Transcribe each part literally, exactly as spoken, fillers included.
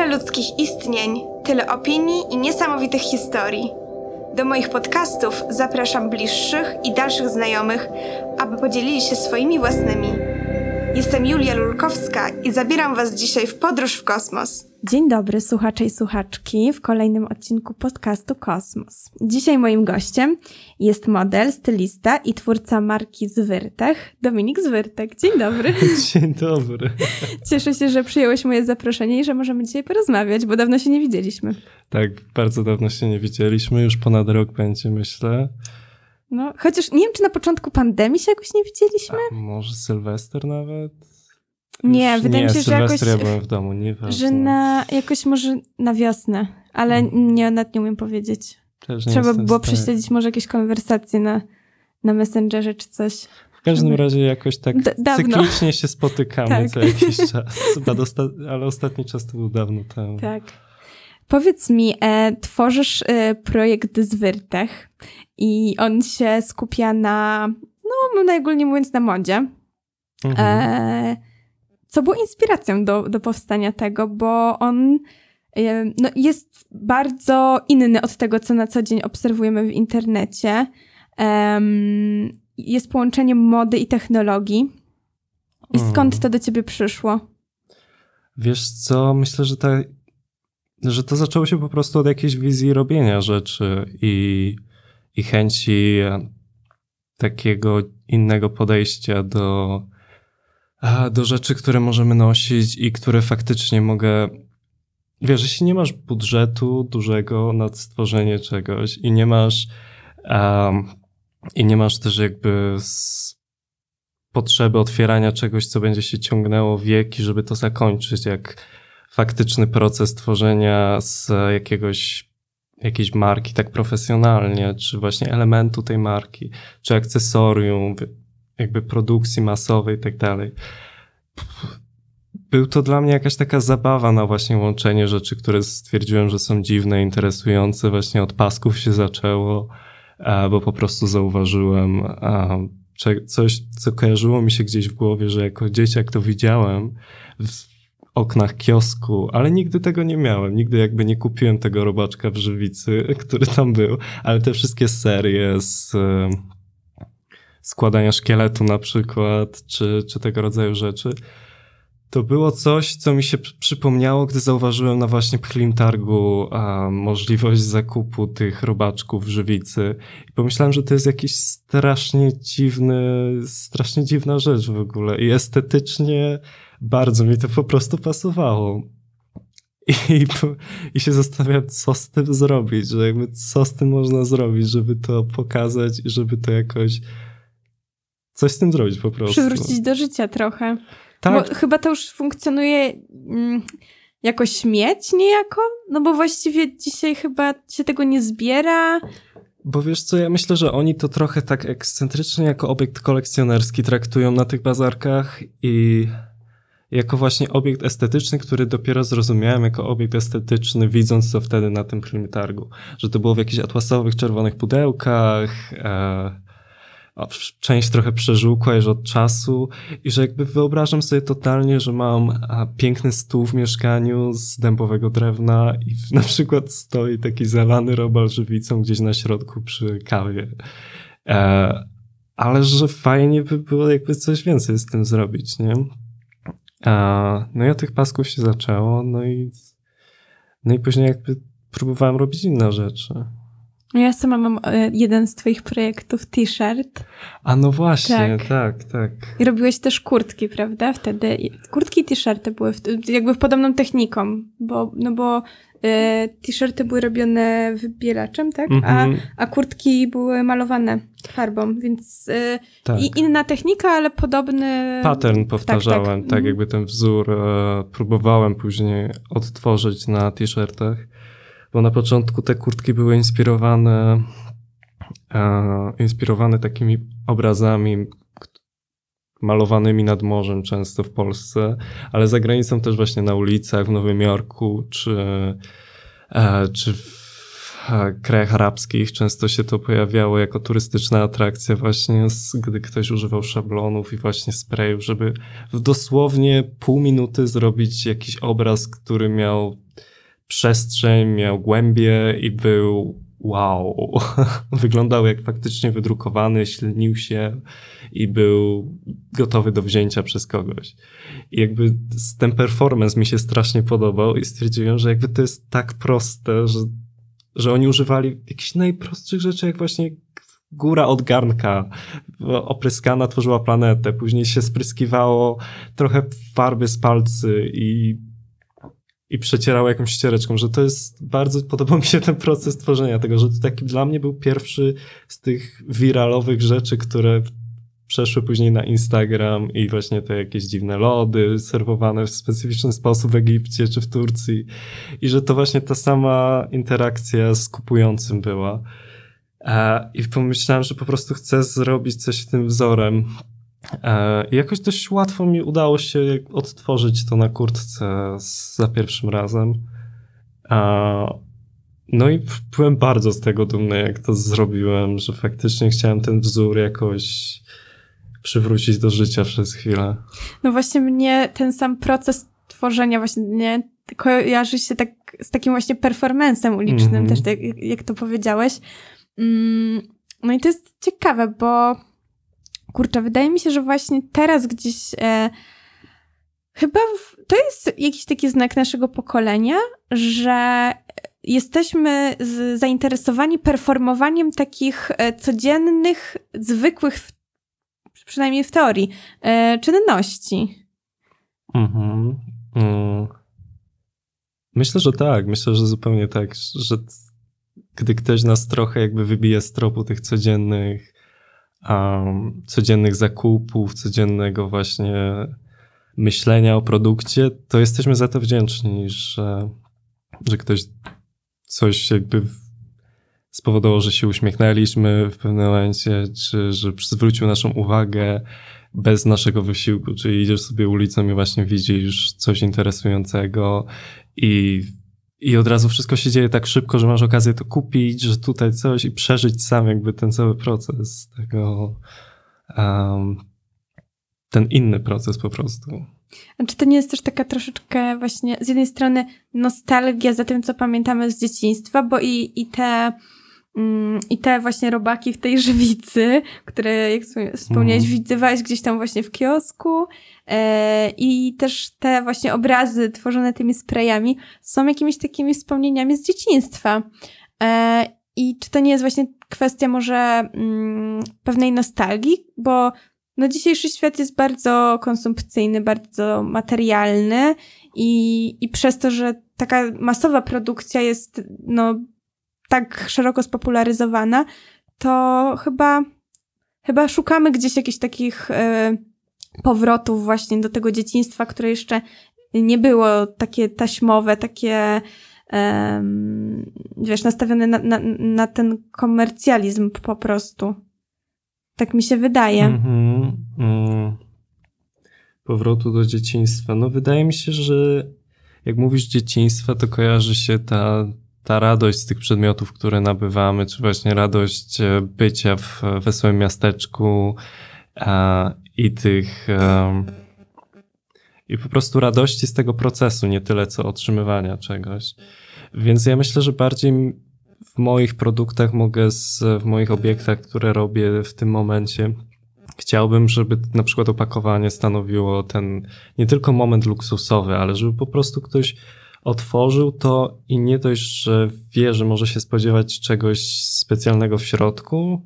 Tyle ludzkich istnień, tyle opinii i niesamowitych historii. Do moich podcastów zapraszam bliższych i dalszych znajomych, aby podzielili się swoimi własnymi. Jestem Julia Lulkowska i zabieram Was dzisiaj w podróż w kosmos. Dzień dobry, słuchacze i słuchaczki w kolejnym odcinku podcastu Kosmos. Dzisiaj moim gościem jest model, stylista i twórca marki Zwyrtech, Dominik Zwyrtek. Dzień dobry. Dzień dobry. Cieszę się, że przyjąłeś moje zaproszenie i że możemy dzisiaj porozmawiać, bo dawno się nie widzieliśmy. Tak, bardzo dawno się nie widzieliśmy, już ponad rok będzie, myślę. No, chociaż nie wiem, czy na początku pandemii się jakoś nie widzieliśmy? A może Sylwester nawet? Nie, Już wydaje nie, mi się, że jakoś... Sylwester ja byłem w domu, nieważne. Że na, jakoś może na wiosnę, ale Hmm. nie, nawet nie umiem powiedzieć. Też nie Trzeba jestem było w stanie. prześledzić może jakieś konwersacje na, na Messengerze czy coś. W każdym razie jakoś tak D- dawno. cyklicznie się spotykamy Tak. co jakiś czas. Osta- ale ostatni czas to był dawno temu. Tak. Powiedz mi, e, tworzysz e, projekt Zwyrtech i on się skupia na, no najogólniej mówiąc, na modzie. Mhm. E, co było inspiracją do, do powstania tego, bo on e, no, jest bardzo inny od tego, co na co dzień obserwujemy w internecie. E, jest połączeniem mody i technologii. I skąd Mhm. to do ciebie przyszło? Wiesz co, myślę, że, ta, że to zaczęło się po prostu od jakiejś wizji robienia rzeczy i, i chęci takiego innego podejścia do, a, do rzeczy, które możemy nosić i które faktycznie mogę... Wiesz, jeśli nie masz budżetu dużego na stworzenie czegoś i nie masz um, i nie masz też jakby z potrzeby otwierania czegoś, co będzie się ciągnęło wieki, żeby to zakończyć, jak faktyczny proces tworzenia z jakiegoś jakiejś marki tak profesjonalnie, czy właśnie elementu tej marki, czy akcesorium, jakby produkcji masowej i tak dalej. Był to dla mnie jakaś taka zabawa na właśnie łączenie rzeczy, które stwierdziłem, że są dziwne, interesujące. Właśnie od pasków się zaczęło, bo po prostu zauważyłem coś, co kojarzyło mi się gdzieś w głowie, że jako dzieciak to widziałem w oknach kiosku, ale nigdy tego nie miałem. Nigdy jakby nie kupiłem tego robaczka w Żywicy, który tam był, ale te wszystkie serie z składania szkieletu na przykład, czy, czy tego rodzaju rzeczy, to było coś, co mi się przypomniało, gdy zauważyłem na właśnie Pchlim Targu a, możliwość zakupu tych robaczków w Żywicy. I pomyślałem, że to jest jakiś strasznie dziwny, strasznie dziwna rzecz w ogóle. I estetycznie bardzo mi to po prostu pasowało. I, i się zastanawiam, co z tym zrobić, że jakby co z tym można zrobić, żeby to pokazać i żeby to jakoś coś z tym zrobić po prostu. Przywrócić do życia trochę. Tak. Bo chyba to już funkcjonuje mm, jako śmieć niejako? No bo właściwie dzisiaj chyba się tego nie zbiera. Bo wiesz co, ja myślę, że oni to trochę tak ekscentrycznie jako obiekt kolekcjonerski traktują na tych bazarkach i jako właśnie obiekt estetyczny, który dopiero zrozumiałem jako obiekt estetyczny, widząc to wtedy na tym Pchlim Targu. Że to było w jakichś atłasowych, czerwonych pudełkach, e, część trochę przeżółkła już od czasu i że jakby wyobrażam sobie totalnie, że mam a, piękny stół w mieszkaniu z dębowego drewna i na przykład stoi taki zalany robal żywicą gdzieś na środku przy kawie. E, ale że fajnie by było jakby coś więcej z tym zrobić, nie? E, no i od tych pasków się zaczęło, no i no i później jakby próbowałem robić inne rzeczy. Ja sama mam jeden z twoich projektów, t-shirt. A no właśnie, Tak. tak, tak. I robiłeś też kurtki, prawda? Wtedy kurtki i t-shirty były w, jakby w podobną techniką, bo, no bo y, t-shirty były robione wybielaczem, tak? Mhm. A, a kurtki były malowane farbą, więc y, Tak. i inna technika, ale podobny... Pattern powtarzałem, tak, tak. Mhm. jakby ten wzór e, próbowałem później odtworzyć na t-shirtach, bo na początku te kurtki były inspirowane e, inspirowane takimi obrazami malowanymi nad morzem często w Polsce, ale za granicą też właśnie na ulicach w Nowym Jorku czy, e, czy w krajach arabskich często się to pojawiało jako turystyczna atrakcja właśnie, gdy ktoś używał szablonów i właśnie sprayów, żeby w dosłownie pół minuty zrobić jakiś obraz, który miał przestrzeń, miał głębię i był wow. Wyglądał jak faktycznie wydrukowany, ślinił się i był gotowy do wzięcia przez kogoś. I jakby ten performance mi się strasznie podobał i stwierdziłem, że jakby to jest tak proste, że, że oni używali jakichś najprostszych rzeczy, jak właśnie góra od garnka opryskana tworzyła planetę, później się spryskiwało trochę farby z palcy i i przecierało jakąś ściereczką, że to jest, bardzo podobał mi się ten proces tworzenia tego, że to taki dla mnie był pierwszy z tych wiralowych rzeczy, które przeszły później na Instagram i właśnie te jakieś dziwne lody serwowane w specyficzny sposób w Egipcie czy w Turcji i że to właśnie ta sama interakcja z kupującym była. I pomyślałem, że po prostu chcę zrobić coś tym wzorem. I jakoś dość łatwo mi udało się odtworzyć to na kurtce za pierwszym razem. No i byłem bardzo z tego dumny, jak to zrobiłem, że faktycznie chciałem ten wzór jakoś przywrócić do życia przez chwilę. No właśnie mnie ten sam proces tworzenia właśnie nie kojarzy się tak z takim właśnie performancem ulicznym, mm-hmm. też tak, jak to powiedziałeś. No i to jest ciekawe, bo kurczę, wydaje mi się, że właśnie teraz gdzieś e, chyba w, to jest jakiś taki znak naszego pokolenia, że jesteśmy z, zainteresowani performowaniem takich e, codziennych, zwykłych, w, przynajmniej w teorii, e, czynności. Mhm. Mm. Myślę, że tak. Myślę, że zupełnie tak, że gdy ktoś nas trochę jakby wybije z tropu tych codziennych Um, codziennych zakupów, codziennego właśnie myślenia o produkcie, to jesteśmy za to wdzięczni, że, że ktoś coś jakby spowodował, że się uśmiechnęliśmy w pewnym momencie, czy że zwrócił naszą uwagę bez naszego wysiłku, czyli idziesz sobie ulicą i właśnie widzisz coś interesującego i I od razu wszystko się dzieje tak szybko, że masz okazję to kupić, że tutaj coś i przeżyć sam jakby ten cały proces tego, um, ten inny proces po prostu. A czy to nie jest też taka troszeczkę właśnie z jednej strony nostalgia za tym, co pamiętamy z dzieciństwa, bo i, i te mm, i te właśnie robaki w tej żywicy, które jak wspomniałeś, mm. widywałeś gdzieś tam właśnie w kiosku, e, i też te właśnie obrazy tworzone tymi sprayami są jakimiś takimi wspomnieniami z dzieciństwa. E, I czy to nie jest właśnie kwestia może mm, pewnej nostalgii, bo no dzisiejszy świat jest bardzo konsumpcyjny, bardzo materialny i, i przez to, że taka masowa produkcja jest no tak szeroko spopularyzowana, to chyba chyba szukamy gdzieś jakichś takich e, powrotów właśnie do tego dzieciństwa, które jeszcze nie było takie taśmowe, takie e, wiesz, nastawione na, na, na ten komercjalizm po prostu. Tak mi się wydaje. Mm-hmm. Mm. Powrotu do dzieciństwa. No wydaje mi się, że jak mówisz dzieciństwa, to kojarzy się ta, ta radość z tych przedmiotów, które nabywamy, czy właśnie radość bycia w wesołym miasteczku a, i tych a, i po prostu radości z tego procesu, nie tyle co otrzymywania czegoś. Więc ja myślę, że bardziej w moich produktach mogę, z, w moich obiektach, które robię w tym momencie, chciałbym, żeby na przykład opakowanie stanowiło ten nie tylko moment luksusowy, ale żeby po prostu ktoś otworzył to i nie dość, że wie, że może się spodziewać czegoś specjalnego w środku,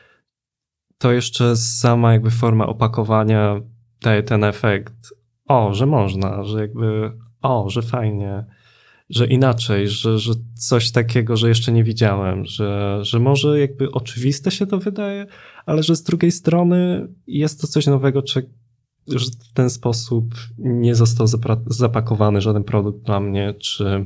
to jeszcze sama jakby forma opakowania daje ten efekt, o, że można, że jakby, o, że fajnie, że inaczej, że, że coś takiego, że jeszcze nie widziałem, że, że może jakby oczywiste się to wydaje, ale że z drugiej strony jest to coś nowego, czy, że w ten sposób nie został zapra- zapakowany żaden produkt dla mnie, czy,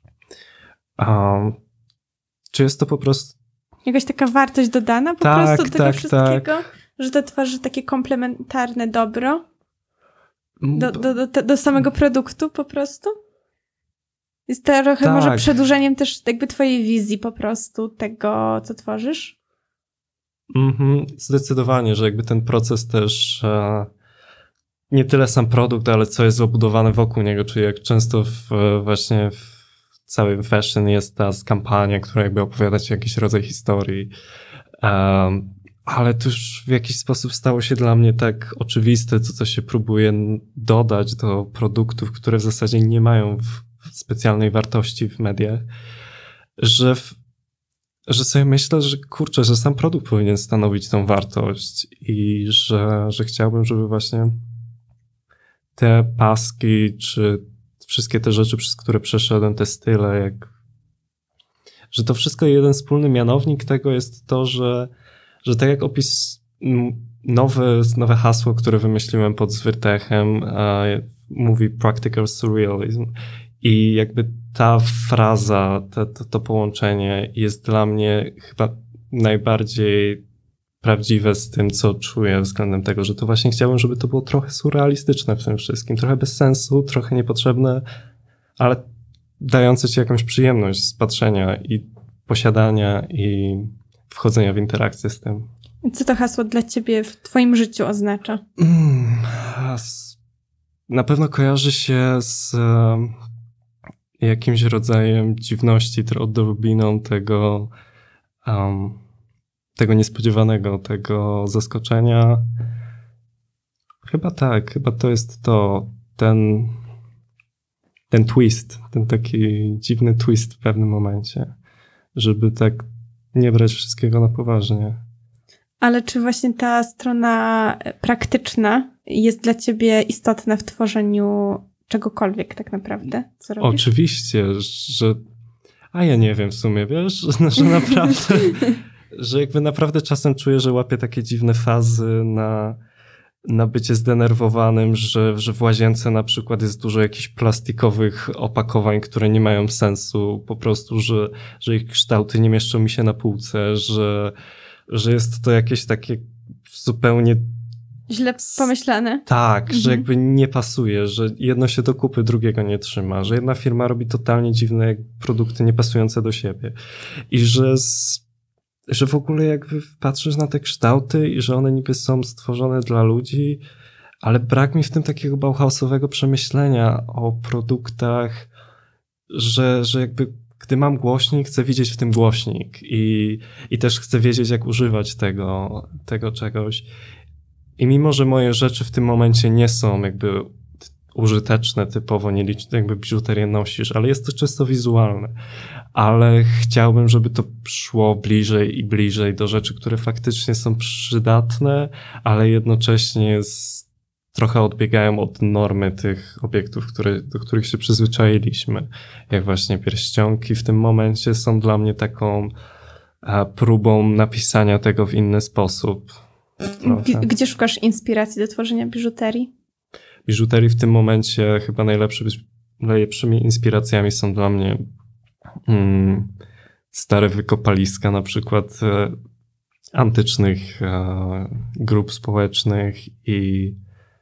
um, czy jest to po prostu... Jakaś taka wartość dodana po tak, prostu do tego tak, wszystkiego, tak. że to tworzy takie komplementarne dobro do, do, do, do, do samego produktu po prostu? Jest to trochę tak. może przedłużeniem też jakby twojej wizji po prostu tego, co tworzysz? Mhm, zdecydowanie, że jakby ten proces też e, nie tyle sam produkt, ale co jest obudowane wokół niego, czyli jak często w, właśnie w całym fashion jest ta kampania, która jakby opowiada ci jakiś rodzaj historii. Um, ale to już w jakiś sposób stało się dla mnie tak oczywiste, co, co się próbuje dodać do produktów, które w zasadzie nie mają w, w specjalnej wartości w mediach, że, w, że sobie myślę, że kurczę, że sam produkt powinien stanowić tą wartość i że, że chciałbym, żeby właśnie te paski, czy wszystkie te rzeczy, przez które przeszedłem, te style, jak, że to wszystko jeden wspólny mianownik tego jest to, że, że tak jak opis, nowe, nowe hasło, które wymyśliłem pod Zwyrtechem, e, mówi practical surrealism i jakby ta fraza, to, to, to połączenie jest dla mnie chyba najbardziej prawdziwe z tym, co czuję względem tego, że to właśnie chciałbym, żeby to było trochę surrealistyczne w tym wszystkim, trochę bez sensu, trochę niepotrzebne, ale dające ci jakąś przyjemność z patrzenia i posiadania i wchodzenia w interakcję z tym. Co to hasło dla ciebie w twoim życiu oznacza? Mm, na pewno kojarzy się z um, jakimś rodzajem dziwności, odrobiną tego um, tego niespodziewanego, tego zaskoczenia. Chyba tak, chyba to jest to, ten, ten twist, ten taki dziwny twist w pewnym momencie, żeby tak nie brać wszystkiego na poważnie. Ale czy właśnie ta strona praktyczna jest dla ciebie istotna w tworzeniu czegokolwiek tak naprawdę, co robisz? Oczywiście, że... A ja nie wiem w sumie, wiesz, że, że naprawdę... że jakby naprawdę czasem czuję, że łapię takie dziwne fazy na, na bycie zdenerwowanym, że, że w łazience na przykład jest dużo jakichś plastikowych opakowań, które nie mają sensu, po prostu, że, że ich kształty nie mieszczą mi się na półce, że, że jest to jakieś takie zupełnie... Źle pomyślane. Tak, mhm. że jakby nie pasuje, że jedno się do kupy, drugiego nie trzyma, że jedna firma robi totalnie dziwne produkty niepasujące do siebie i że z... że w ogóle jakby patrzysz na te kształty i że one niby są stworzone dla ludzi, ale brak mi w tym takiego bauhausowego przemyślenia o produktach, że, że jakby gdy mam głośnik, chcę widzieć w tym głośnik i, i też chcę wiedzieć, jak używać tego, tego czegoś. I mimo, że moje rzeczy w tym momencie nie są jakby użyteczne typowo, nie liczę, jakby biżuterię nosisz, ale jest to czysto wizualne. Ale chciałbym, żeby to szło bliżej i bliżej do rzeczy, które faktycznie są przydatne, ale jednocześnie z, trochę odbiegają od normy tych obiektów, które, do których się przyzwyczailiśmy. Jak właśnie pierścionki w tym momencie są dla mnie taką a, próbą napisania tego w inny sposób. G- gdzie szukasz inspiracji do tworzenia biżuterii? Biżuterii w tym momencie chyba najlepszy, najlepszymi inspiracjami są dla mnie mm, stare wykopaliska, na przykład e, antycznych e, grup społecznych i,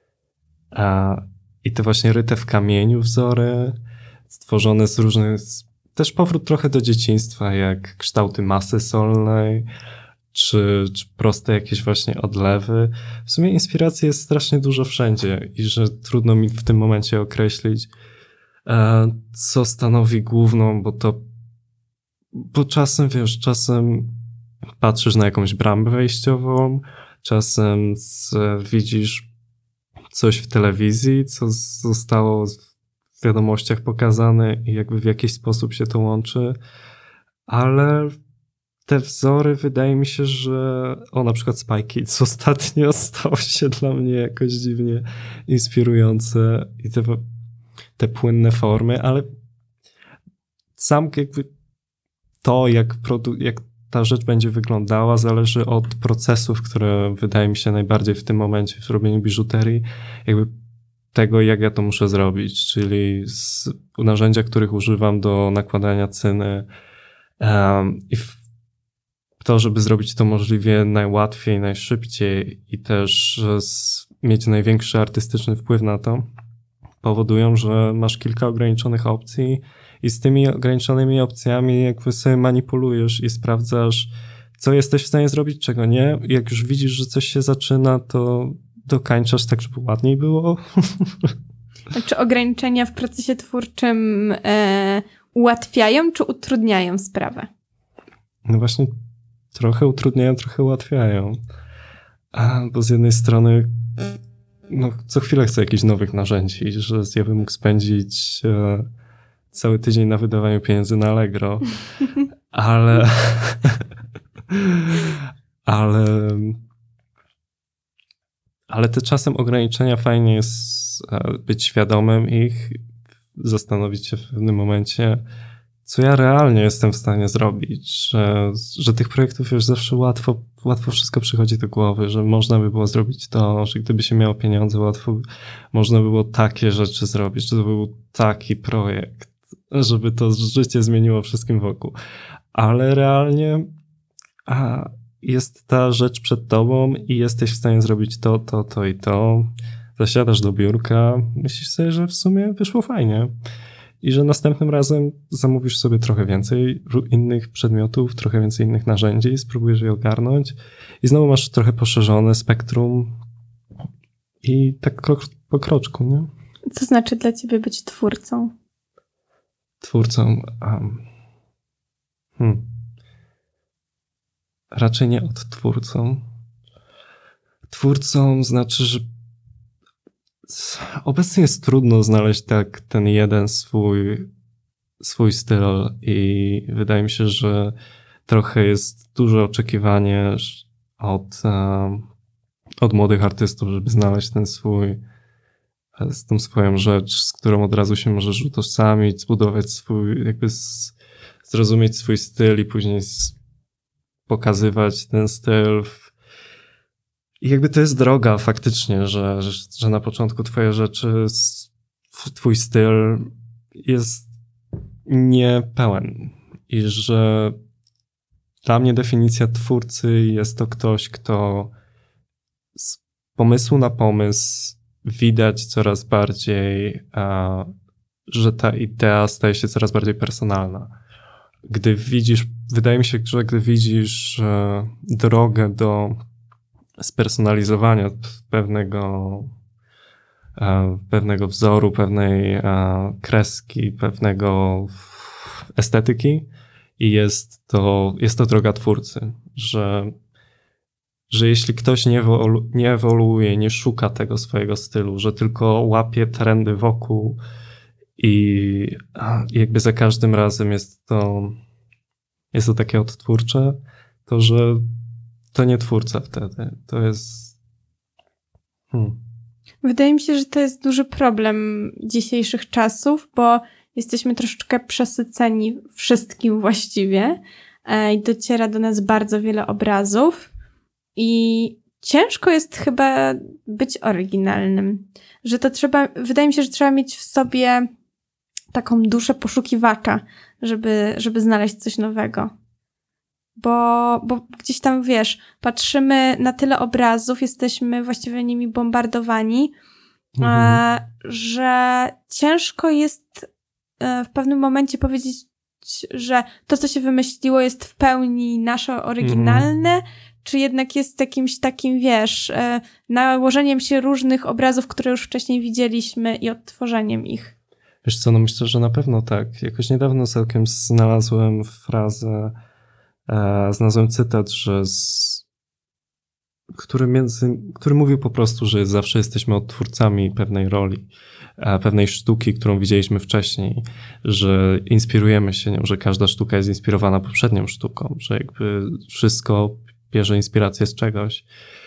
e, i te właśnie ryte w kamieniu wzory, stworzone z różnych, też powrót trochę do dzieciństwa, jak kształty masy solnej, Czy, czy proste jakieś właśnie odlewy. W sumie inspiracji jest strasznie dużo wszędzie i że trudno mi w tym momencie określić, e, co stanowi główną, bo to bo czasem, wiesz, czasem patrzysz na jakąś bramę wejściową, czasem z, widzisz coś w telewizji, co zostało w wiadomościach pokazane i jakby w jakiś sposób się to łączy, ale te wzory wydaje mi się, że o, na przykład Spy Kids ostatnio stało się dla mnie jakoś dziwnie inspirujące i te, te płynne formy, ale sam jakby to, jak, produ- jak ta rzecz będzie wyglądała, zależy od procesów, które wydaje mi się najbardziej w tym momencie w robieniu biżuterii, jakby tego, jak ja to muszę zrobić, czyli z narzędzia, których używam do nakładania cyny um, i w to, żeby zrobić to możliwie najłatwiej, najszybciej i też z, mieć największy artystyczny wpływ na to, powodują, że masz kilka ograniczonych opcji i z tymi ograniczonymi opcjami jakby sobie manipulujesz i sprawdzasz, co jesteś w stanie zrobić, czego nie. I jak już widzisz, że coś się zaczyna, to dokańczasz tak, żeby ładniej było. Czy ograniczenia w procesie twórczym e, ułatwiają czy utrudniają sprawę? No właśnie trochę utrudniają, trochę ułatwiają. A, bo z jednej strony no, co chwilę chcę jakichś nowych narzędzi, że ja bym mógł spędzić e, cały tydzień na wydawaniu pieniędzy na Allegro, ale ale ale te czasem ograniczenia fajnie jest e, być świadomym ich, zastanowić się w pewnym momencie, co ja realnie jestem w stanie zrobić, że, że tych projektów już zawsze łatwo, łatwo wszystko przychodzi do głowy, że można by było zrobić to, że gdyby się miało pieniądze, łatwo można by było takie rzeczy zrobić, że to był taki projekt, żeby to życie zmieniło wszystkim wokół. Ale realnie a, jest ta rzecz przed tobą i jesteś w stanie zrobić to, to, to i to. Zasiadasz do biurka, myślisz sobie, że w sumie wyszło fajnie. I że następnym razem zamówisz sobie trochę więcej innych przedmiotów, trochę więcej innych narzędzi, spróbujesz je ogarnąć i znowu masz trochę poszerzone spektrum i tak krok po kroczku, nie? Co znaczy dla ciebie być twórcą? Twórcą... Um, hmm. Raczej nie odtwórcą. Twórcą znaczy, że obecnie jest trudno znaleźć tak ten jeden swój, swój styl i wydaje mi się, że trochę jest duże oczekiwanie od, od młodych artystów, żeby znaleźć ten swój, tą swoją rzecz, z którą od razu się możesz utożsamić, zbudować swój, jakby z, zrozumieć swój styl i później z, pokazywać ten styl w, i jakby to jest droga faktycznie, że, że, że na początku twoje rzeczy, twój styl jest niepełen i że dla mnie definicja twórcy jest to ktoś, kto z pomysłu na pomysł widać coraz bardziej, a, że ta idea staje się coraz bardziej personalna. Gdy widzisz, wydaje mi się, że gdy widzisz e, drogę do spersonalizowania pewnego, e, pewnego wzoru, pewnej e, kreski, pewnego estetyki i jest to, jest to droga twórcy, że, że jeśli ktoś nie, ewolu, nie ewoluuje, nie szuka tego swojego stylu, że tylko łapie trendy wokół i jakby za każdym razem jest to, jest to takie odtwórcze, to że to nie twórca wtedy. To jest... Hmm. Wydaje mi się, że to jest duży problem dzisiejszych czasów, bo jesteśmy troszeczkę przesyceni wszystkim właściwie i dociera do nas bardzo wiele obrazów i ciężko jest chyba być oryginalnym. Że to trzeba, wydaje mi się, że trzeba mieć w sobie taką duszę poszukiwacza, żeby, żeby znaleźć coś nowego. Bo, bo gdzieś tam, wiesz, patrzymy na tyle obrazów, jesteśmy właściwie nimi bombardowani, mhm. e, że ciężko jest e, w pewnym momencie powiedzieć, że to, co się wymyśliło, jest w pełni nasze, oryginalne, mhm. czy jednak jest jakimś takim, wiesz, e, nałożeniem się różnych obrazów, które już wcześniej widzieliśmy i odtworzeniem ich. Wiesz co, no myślę, że na pewno tak. Jakoś niedawno całkiem znalazłem frazę, e, znalazłem cytat, że z, który, między, który mówił po prostu, że zawsze jesteśmy odtwórcami pewnej roli, e, pewnej sztuki, którą widzieliśmy wcześniej, że inspirujemy się nią, że każda sztuka jest inspirowana poprzednią sztuką, że jakby wszystko bierze inspirację z czegoś.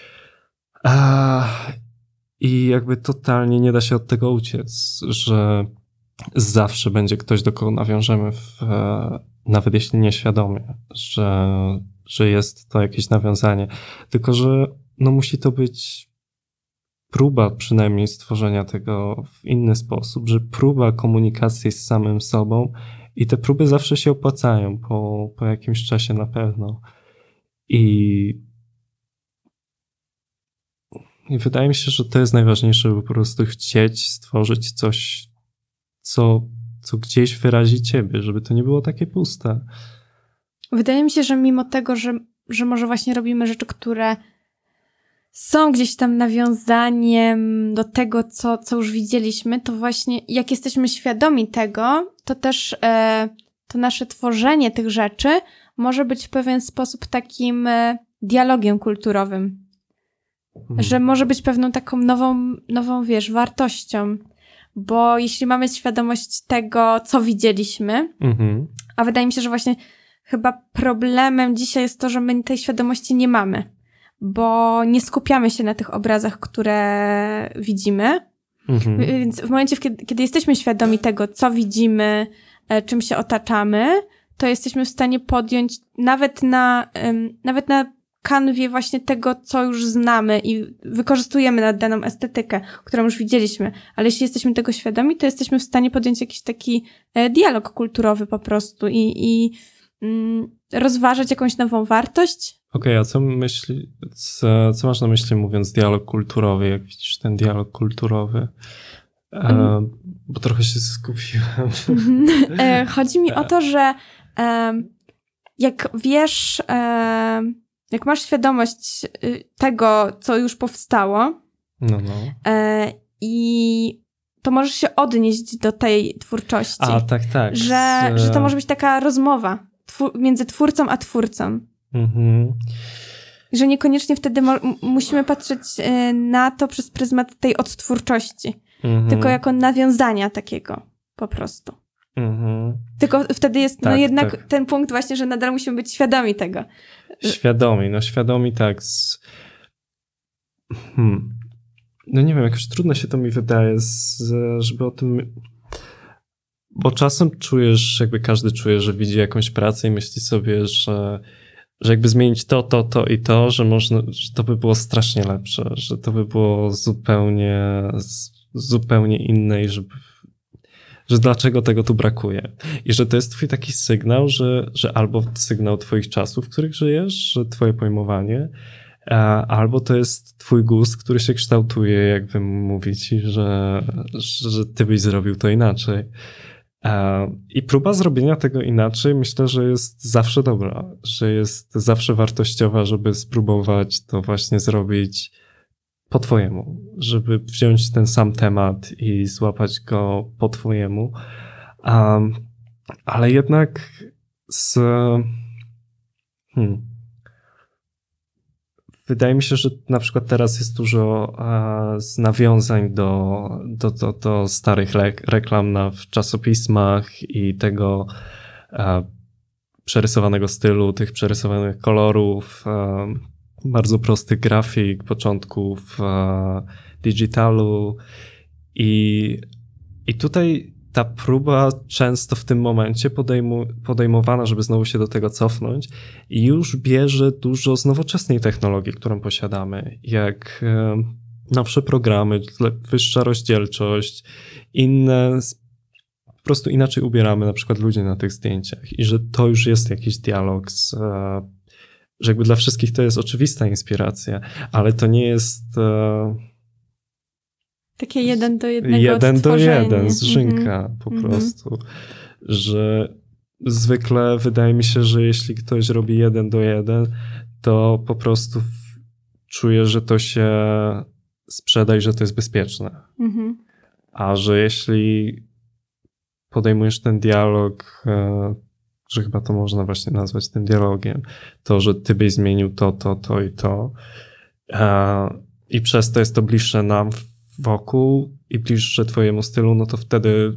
A, i jakby totalnie nie da się od tego uciec, że zawsze będzie ktoś, do kogo nawiążemy, w, nawet jeśli nieświadomie, że, że jest to jakieś nawiązanie. Tylko że no musi to być próba przynajmniej stworzenia tego w inny sposób, że próba komunikacji z samym sobą i te próby zawsze się opłacają po, po jakimś czasie na pewno. I I wydaje mi się, że to jest najważniejsze, by po prostu chcieć stworzyć coś, co, co gdzieś wyrazi ciebie, żeby to nie było takie puste. Wydaje mi się, że mimo tego, że, że może właśnie robimy rzeczy, które są gdzieś tam nawiązaniem do tego, co, co już widzieliśmy, to właśnie jak jesteśmy świadomi tego, to też e, to nasze tworzenie tych rzeczy może być w pewien sposób takim e, dialogiem kulturowym. Mhm. Że może być pewną taką nową, nową, wiesz, wartością. Bo jeśli mamy świadomość tego, co widzieliśmy, Mhm. a wydaje mi się, że właśnie chyba problemem dzisiaj jest to, że my tej świadomości nie mamy, bo nie skupiamy się na tych obrazach, które widzimy. Mhm. Więc w momencie, kiedy, kiedy jesteśmy świadomi tego, co widzimy, e, czym się otaczamy, to jesteśmy w stanie podjąć nawet na, em, nawet na kanwie właśnie tego, co już znamy i wykorzystujemy na daną estetykę, którą już widzieliśmy. Ale jeśli jesteśmy tego świadomi, to jesteśmy w stanie podjąć jakiś taki e, dialog kulturowy po prostu i, i mm, rozważać jakąś nową wartość. Okej, a co myśli, co, co masz na myśli mówiąc dialog kulturowy? Jak widzisz ten dialog kulturowy? E, Mm. Bo trochę się skupiłem. E, Chodzi mi o to, że e, jak wiesz, e, jak masz świadomość y, tego, co już powstało, No, no. e, i to możesz się odnieść do tej twórczości. A, tak, tak. Że, Z- że to może być taka rozmowa twu- między twórcą a twórcą. Mhm. Że niekoniecznie wtedy mo- m- musimy patrzeć e, na to przez pryzmat tej odtwórczości, Mhm. tylko jako nawiązania takiego po prostu. Mhm. Tylko wtedy jest no Tak, jednak tak. ten punkt właśnie, że nadal musimy być świadomi tego. Świadomi, no świadomi tak. Z... Hmm. No nie wiem, jakoś trudno się to mi wydaje, z, żeby o tym... Bo czasem czujesz, jakby każdy czuje, że widzi jakąś pracę i myśli sobie, że, że jakby zmienić to, to, to i to, że można, że to by było strasznie lepsze, że to by było zupełnie, z- zupełnie inne i żeby, że dlaczego tego tu brakuje. I że to jest twój taki sygnał, że, że albo sygnał twoich czasów, w których żyjesz, że twoje pojmowanie, a, albo to jest twój gust, który się kształtuje, jakby mówi ci, że, że, że ty byś zrobił to inaczej. E, I próba zrobienia tego inaczej myślę, że jest zawsze dobra, że jest zawsze wartościowa, żeby spróbować to właśnie zrobić po twojemu, żeby wziąć ten sam temat i złapać go po twojemu. Um, ale jednak z... Hmm, wydaje mi się, że na przykład teraz jest dużo e, z nawiązań do, do, do, do starych le- reklam na, w czasopismach i tego e, przerysowanego stylu, tych przerysowanych kolorów, e, bardzo prostych grafik, początków e, digitalu i, i tutaj ta próba często w tym momencie podejmu, podejmowana, żeby znowu się do tego cofnąć, już bierze dużo z nowoczesnej technologii, którą posiadamy, jak e, nowsze programy, wyższa rozdzielczość, inne, po prostu inaczej ubieramy na przykład ludzi na tych zdjęciach i że to już jest jakiś dialog z, e, że jakby dla wszystkich to jest oczywista inspiracja, ale to nie jest e, Takie jeden do jednego jeden do odtworzenie. jeden z Mhm. Rzynka po Mhm. prostu, że zwykle wydaje mi się, że jeśli ktoś robi jeden do jeden, to po prostu w- czuje, że to się sprzeda i że to jest bezpieczne. Mhm. A że jeśli podejmujesz ten dialog, e, że chyba to można właśnie nazwać tym dialogiem, to, że ty byś zmienił to, to, to i to e, i przez to jest to bliższe nam wokół i bliższe twojemu stylu, no to wtedy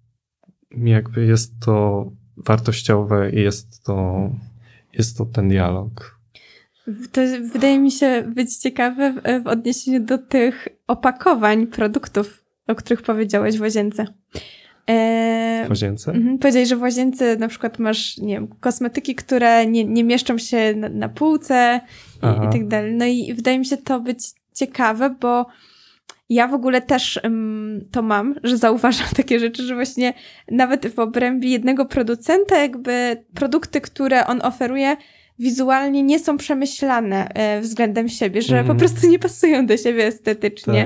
jakby jest to wartościowe i jest to, jest to ten dialog. To wydaje mi się być ciekawe w, w odniesieniu do tych opakowań produktów, o których powiedziałeś w łazience. E, W łazience? mhm, powiedziałeś, że w łazience na przykład masz, nie wiem, kosmetyki, które nie, nie mieszczą się na, na półce i, Aha. i tak dalej. No i wydaje mi się to być ciekawe, bo ja w ogóle też um, to mam, że zauważam takie rzeczy, że właśnie nawet w obrębie jednego producenta jakby produkty, które on oferuje, wizualnie nie są przemyślane e, względem siebie, że Mhm. po prostu nie pasują do siebie estetycznie. Tak.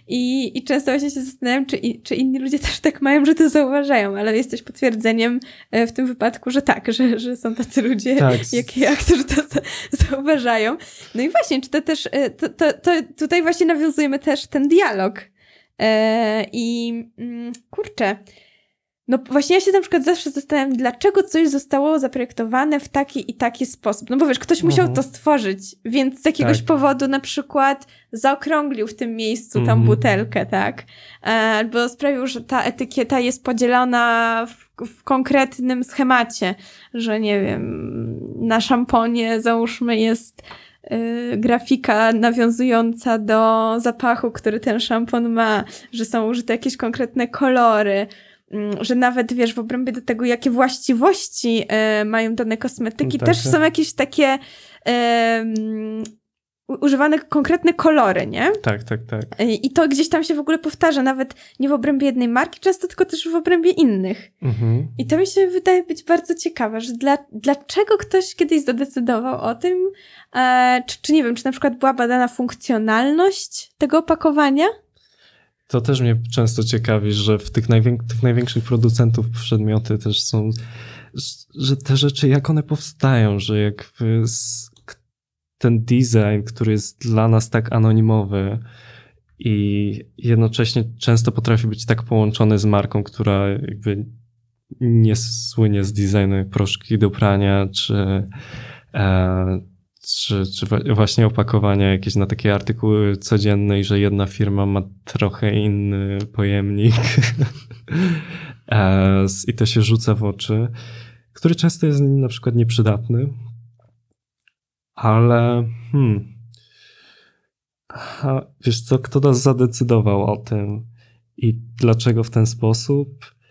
I, i często właśnie się zastanawiam, czy, i, czy inni ludzie też tak mają, że to zauważają, ale jesteś potwierdzeniem e, w tym wypadku, że tak, że, że są tacy ludzie, Tak. jak ja, którzy to za, zauważają. No i właśnie, czy to też, e, to, to, to tutaj właśnie nawiązujemy też ten dialog. E, I mm, kurczę, no właśnie ja się na przykład zawsze zastanawiam, dlaczego coś zostało zaprojektowane w taki i taki sposób. No bo wiesz, ktoś musiał Mhm. to stworzyć, więc z jakiegoś Tak. powodu na przykład zaokrąglił w tym miejscu tą Mhm. butelkę, tak? E, Albo sprawił, że ta etykieta jest podzielona w, w konkretnym schemacie, że nie wiem, na szamponie załóżmy jest y, grafika nawiązująca do zapachu, który ten szampon ma, że są użyte jakieś konkretne kolory, że nawet, wiesz, w obrębie do tego, jakie właściwości e, mają dane kosmetyki, Tak, też tak. są jakieś takie e, um, używane konkretne kolory, nie? Tak, tak, tak. E, I to gdzieś tam się w ogóle powtarza, nawet nie w obrębie jednej marki, często tylko też w obrębie innych. Mhm. I to mi się wydaje być bardzo ciekawe, że dla, dlaczego ktoś kiedyś zadecydował o tym, e, czy, czy nie wiem, czy na przykład była badana funkcjonalność tego opakowania? To też mnie często ciekawi, że w tych, najwięk- tych największych producentów przedmioty też są, że te rzeczy, jak one powstają, że jakby s- k- ten design, który jest dla nas tak anonimowy i jednocześnie często potrafi być tak połączony z marką, która jakby nie słynie z designu jak proszki do prania, czy e, Czy, czy wa- właśnie opakowania jakieś na takie artykuły codzienne i że jedna firma ma trochę inny pojemnik E, s- i to się rzuca w oczy, który często jest na przykład nieprzydatny, ale hmm, a, wiesz co, kto nas zadecydował o tym i dlaczego w ten sposób?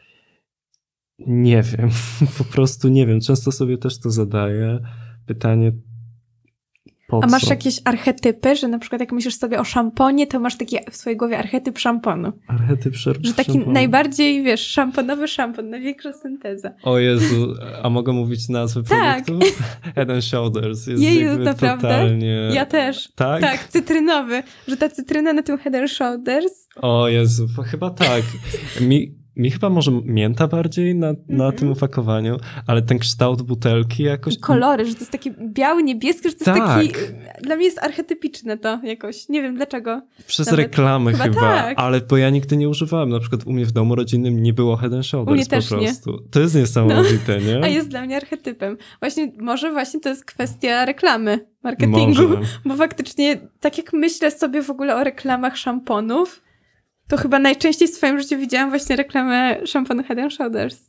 Nie wiem, po prostu nie wiem, często sobie też to zadaję, pytanie po A masz co? jakieś archetypy, że na przykład jak myślisz sobie o szamponie, to masz taki w swojej głowie archetyp szamponu. Archetyp szar- Że taki szamponu. najbardziej, wiesz, szamponowy szampon, największa synteza. O Jezu, a mogę mówić nazwy Tak. produktu? Head and Shoulders jest Jeju, jakby naprawdę? totalnie... Ja też. Tak? Tak, cytrynowy. Że ta cytryna na tym Head and Shoulders. O Jezu, bo chyba tak. Mi, mi chyba może mięta bardziej na, na Mhm. tym opakowaniu, ale ten kształt butelki jakoś... I kolory, że to jest taki biały, niebieski, że to Tak. jest taki... Dla mnie jest archetypiczne to jakoś. Nie wiem dlaczego. Przez nawet reklamy chyba chyba, tak. ale bo ja nigdy nie używałem. Na przykład u mnie w domu rodzinnym nie było Head and Shoulders U mnie po też nie. prostu. To jest niesamowite, nie? A jest dla mnie archetypem. Właśnie, może właśnie to jest kwestia reklamy, marketingu. Może. Bo faktycznie, tak jak myślę sobie w ogóle o reklamach szamponów, to chyba najczęściej w swoim życiu widziałam właśnie reklamę szamponu Head and Shoulders.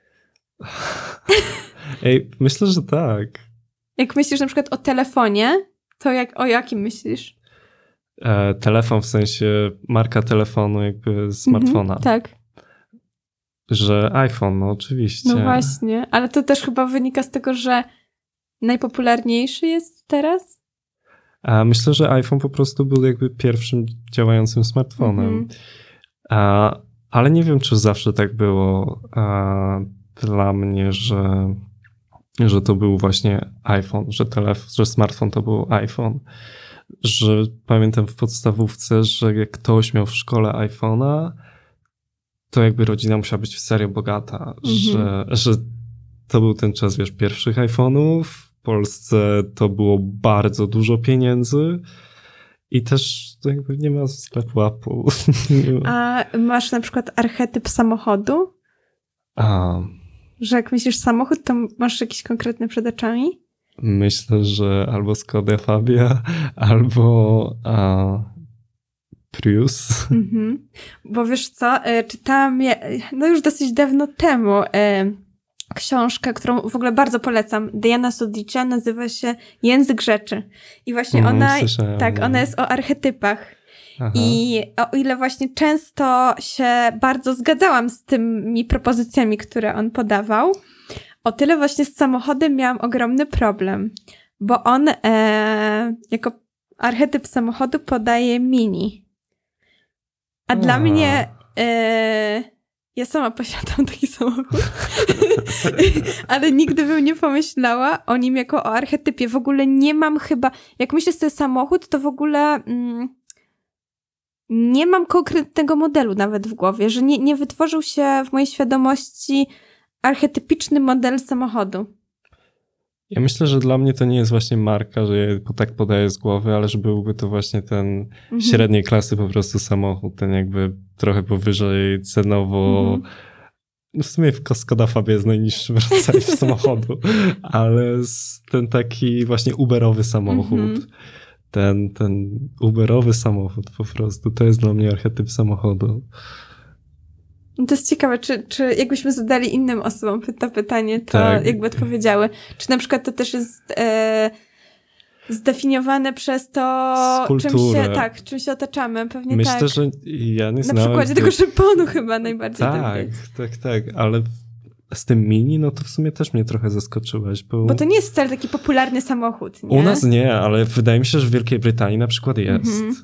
Ej, myślę, że tak. Jak myślisz na przykład o telefonie, to jak, o jakim myślisz? E, telefon w sensie marka telefonu, jakby smartfona. Mhm, tak, Że iPhone, no oczywiście. no właśnie. Ale to też chyba wynika z tego, że najpopularniejszy jest teraz? A myślę, że iPhone po prostu był jakby pierwszym działającym smartfonem. Mhm. A, ale nie wiem, czy zawsze tak było a, dla mnie, że, że to był właśnie iPhone, że, telefon, że smartfon to był iPhone. Że pamiętam w podstawówce, że jak ktoś miał w szkole iPhone'a, to jakby rodzina musiała być serio bogata, Mhm. że, że to był ten czas, wiesz, pierwszych iPhone'ów. W Polsce to było bardzo dużo pieniędzy i też to jakby nie ma sklepu Apple. Nie ma. A masz na przykład archetyp samochodu? A, Że jak myślisz samochód, to masz jakieś konkretne przed oczami? myślę, że albo Skoda Fabia, albo a, Prius. Mhm. Bo wiesz co, e, czytałam, je, no już dosyć dawno temu, e, książkę, którą w ogóle bardzo polecam. Diana Sodicza, nazywa się Język rzeczy. I właśnie Mhm, ona, słyszałem, tak, no. ona jest o archetypach. Aha. I o ile właśnie często się bardzo zgadzałam z tymi propozycjami, które on podawał, o tyle właśnie z samochodem miałam ogromny problem, bo on e, jako archetyp samochodu podaje Mini. A, A. dla mnie e, ja sama posiadam taki samochód, ale nigdy bym nie pomyślała o nim jako o archetypie. W ogóle nie mam chyba, jak myślę sobie samochód, to w ogóle... Mm, nie mam konkretnego modelu nawet w głowie, że nie, nie wytworzył się w mojej świadomości archetypiczny model samochodu. Ja myślę, że dla mnie to nie jest właśnie marka, że ja tak podaję z głowy, ale że byłby to właśnie ten Mhm. średniej klasy po prostu samochód, ten jakby trochę powyżej cenowo. Mhm. No w sumie Skoda Fabia jest najniższym rodzajem samochodu, ale z- ten taki właśnie uberowy samochód, Mhm. ten, ten uberowy samochód po prostu, to jest dla mnie archetyp samochodu. No to jest ciekawe, czy, czy jakbyśmy zadali innym osobom py- to pytanie, to Tak. jakby odpowiedziały. Czy na przykład to też jest e, zdefiniowane przez to, Z czym kulturę. się, tak, czym się otaczamy. Pewnie Myślę, tak. że ja nie Na znałem... przykładzie tego szymponu chyba najbardziej. Tak, tak, tak, ale z tym Mini, no to w sumie też mnie trochę zaskoczyłaś, bo, Bo to nie jest wcale taki popularny samochód, nie? u nas nie, ale wydaje mi się, że w Wielkiej Brytanii na przykład jest. Mhm.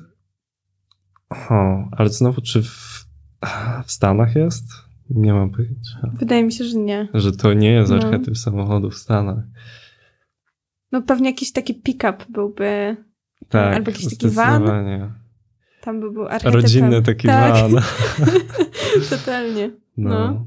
O, ale znowu, czy w, w Stanach jest? Nie mam pojęcia. Wydaje mi się, że nie. Że to nie jest No. archetyp samochodu w Stanach. No pewnie jakiś taki pick-up byłby, Tak, Albo jakiś taki van. zdecydowanie. tam by był archetypem. Rodzinny taki tak. van. Totalnie. No. No.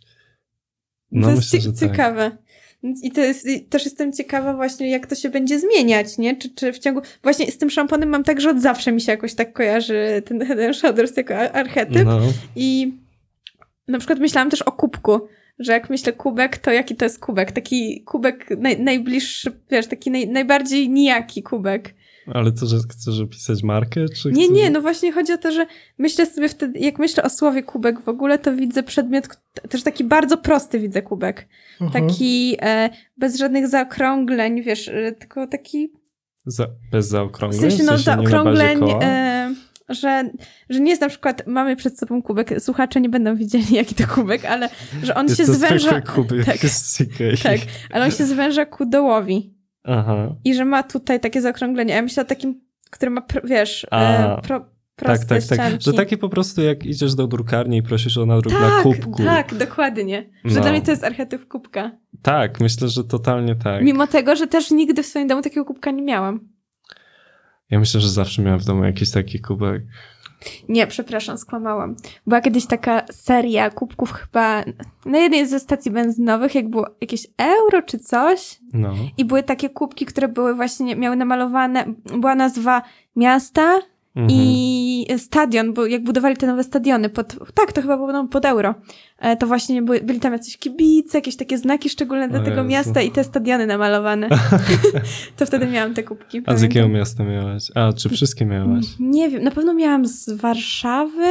No, to jest myślę, cie- że tak. ciekawe. I to jest, i też jestem ciekawa właśnie, jak to się będzie zmieniać, nie? Czy, czy w ciągu... Właśnie z tym szamponem mam tak, że od zawsze mi się jakoś tak kojarzy ten Head and Shoulders jako a- archetyp. No. I na przykład myślałam też o kubku, że jak myślę kubek, to jaki to jest kubek? Taki kubek naj, najbliższy, wiesz, taki naj, najbardziej nijaki kubek. Ale to, że chcesz opisać markę? Czy Nie, chcesz... nie, no właśnie chodzi o to, że myślę sobie wtedy, jak myślę o słowie kubek w ogóle, to widzę przedmiot, k- też taki bardzo prosty widzę kubek. Mhm. Taki e, bez żadnych zaokrągleń, wiesz, e, tylko taki, Za, bez w zaokrągleń? sensie no W sensie nie na bazie zaokrągleń, koła? e, że, że nie jest na przykład, mamy przed sobą kubek, słuchacze nie będą wiedzieli, jaki to kubek, ale że on Jest się to zwęża, zwykły kubek tak, z Ikei. tak, ale on się zwęża ku dołowi Aha. i że ma tutaj takie zaokrąglenie. Ja myślę o takim, który ma, pr- wiesz, A, e, pro, Tak, proste tak, tak. ścianki. Że takie po prostu jak idziesz do drukarni i prosisz o nadruk na Tak, kubku. tak, dokładnie. Że No. dla mnie to jest archetyp kubka. Tak, myślę, że totalnie tak. Mimo tego, że też nigdy w swoim domu takiego kubka nie miałam. Ja myślę, że zawsze miałem w domu jakiś taki kubek. Nie, przepraszam, skłamałam. Była kiedyś taka seria kubków chyba na jednej ze stacji benzynowych, jak było jakieś euro czy coś. No. I były takie kubki, które były właśnie, miały namalowane, była nazwa miasta Mhm. i stadion, bo jak budowali te nowe stadiony, pod, tak, to chyba było no, pod euro, e, to właśnie były, byli tam jacyś kibice, jakieś takie znaki szczególne dla O tego Jezu. miasta i te stadiony namalowane. To wtedy miałam te kubki. A z pamiętam. jakiego miasta miałaś? A, czy wszystkie miałaś? Nie wiem, na pewno miałam z Warszawy.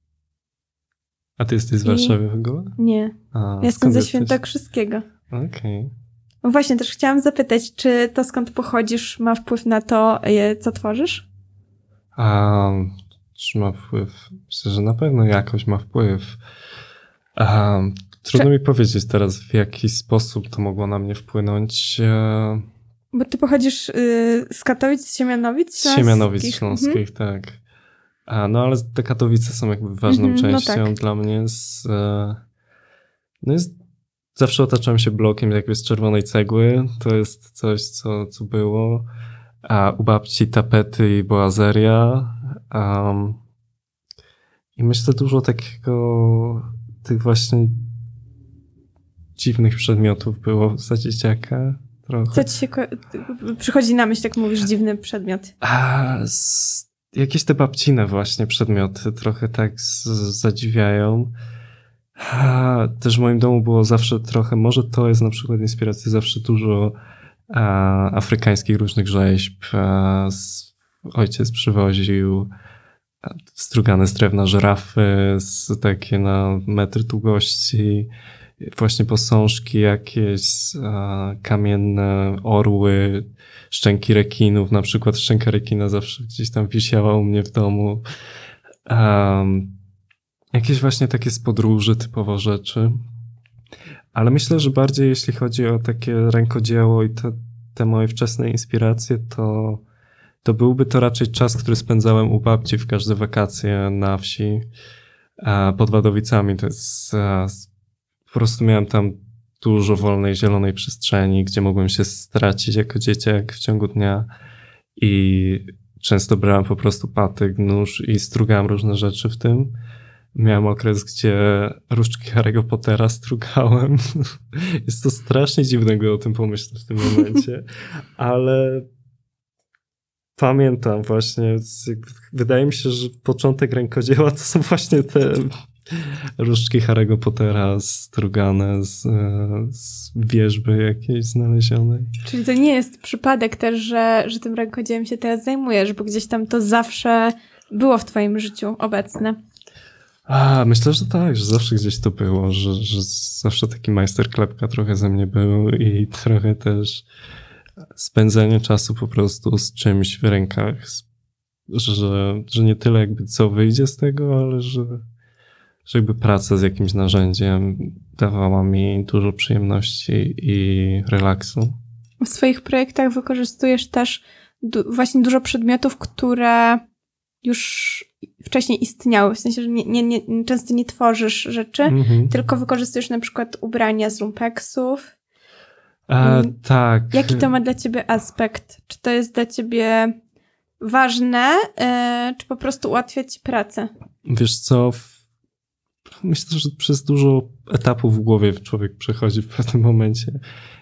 A ty jesteś z I- Warszawy w ogóle? Nie, A, ja jestem skąd ze jesteś? Świętokrzyskiego. Okej. No właśnie, też chciałam zapytać, czy to skąd pochodzisz ma wpływ na to, e, co tworzysz? A czy ma wpływ? Myślę, że na pewno jakoś ma wpływ. A, trudno Czy- mi powiedzieć teraz, w jaki sposób to mogło na mnie wpłynąć. E, Bo ty pochodzisz y, z Katowic, z Siemianowic? Z Śląskich? Siemianowic Śląskich, tak. A, no ale te Katowice są jakby ważną Mhm, no częścią tak. dla mnie. Z, e, no jest, zawsze otaczałem się blokiem jakby z czerwonej cegły. To jest coś, co, co było. A u babci tapety i boazeria. Um, I myślę dużo takiego, tych właśnie dziwnych przedmiotów było za dzieciaka. Trochę. Co ci się ko- przychodzi na myśl, jak mówisz dziwny przedmiot? A, z, jakieś te babcine właśnie przedmioty trochę tak z, zadziwiają. A, też w moim domu było zawsze trochę, może to jest na przykład inspiracja, zawsze dużo a, afrykańskich różnych rzeźb. A, z, ojciec przywoził a, strugane z drewna żyrafy, z, takie na metr długości, właśnie posążki jakieś, a, kamienne orły, szczęki rekinów, na przykład szczęka rekina zawsze gdzieś tam wisiała u mnie w domu. Um, jakieś właśnie takie z podróży typowo rzeczy. Ale myślę, że bardziej jeśli chodzi o takie rękodzieło i te, te moje wczesne inspiracje, to, to byłby to raczej czas, który spędzałem u babci w każde wakacje na wsi a, pod Wadowicami. To jest, a, po prostu miałem tam dużo wolnej, zielonej przestrzeni, gdzie mogłem się stracić jako dzieciak w ciągu dnia i często brałem po prostu patyk, nóż i strugałem różne rzeczy w tym. Miałem okres, gdzie różdżki Harry'ego Pottera strugałem. Jest to strasznie dziwnego o tym pomyśleć w tym momencie, ale pamiętam właśnie, wydaje mi się, że początek rękodzieła to są właśnie te różdżki Harry'ego Pottera strugane z, z wierzby jakiejś znalezionej. Czyli to nie jest przypadek też, że, że tym rękodziełem się teraz zajmujesz, bo gdzieś tam to zawsze było w twoim życiu obecne. A, myślę, że tak, że zawsze gdzieś to było, że, że zawsze taki majster klepka trochę ze mnie był i trochę też spędzanie czasu po prostu z czymś w rękach, że, że nie tyle jakby co wyjdzie z tego, ale że, że jakby praca z jakimś narzędziem dawała mi dużo przyjemności i relaksu. W swoich projektach wykorzystujesz też du- właśnie dużo przedmiotów, które już wcześniej istniały, w sensie, że nie, nie, nie, często nie tworzysz rzeczy, Mhm. tylko wykorzystujesz na przykład ubrania z lumpeksów. A, Mm. tak. Jaki to ma dla ciebie aspekt? Czy to jest dla ciebie ważne, yy, czy po prostu ułatwia ci pracę? Wiesz co, w... myślę, że przez dużo etapów w głowie człowiek przechodzi w pewnym momencie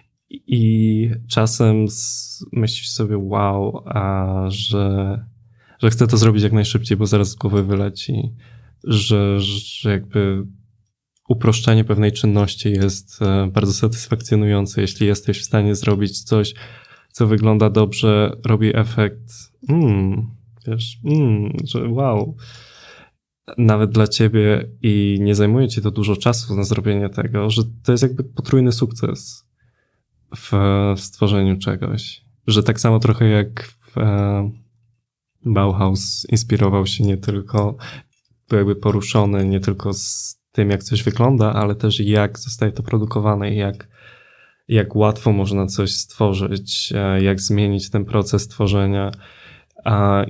i czasem z... myślisz sobie wow, a że, że chcę to zrobić jak najszybciej, bo zaraz z głowy wyleci, że, że jakby uproszczenie pewnej czynności jest bardzo satysfakcjonujące, jeśli jesteś w stanie zrobić coś, co wygląda dobrze, robi efekt mm, wiesz, mm, że wow, nawet dla ciebie i nie zajmuje ci to dużo czasu na zrobienie tego, że to jest jakby potrójny sukces w, w stworzeniu czegoś. Że tak samo trochę jak w, e, Bauhaus inspirował się nie tylko, był jakby poruszony nie tylko z tym, jak coś wygląda, ale też jak zostaje to produkowane i jak, jak łatwo można coś stworzyć, jak zmienić ten proces tworzenia. A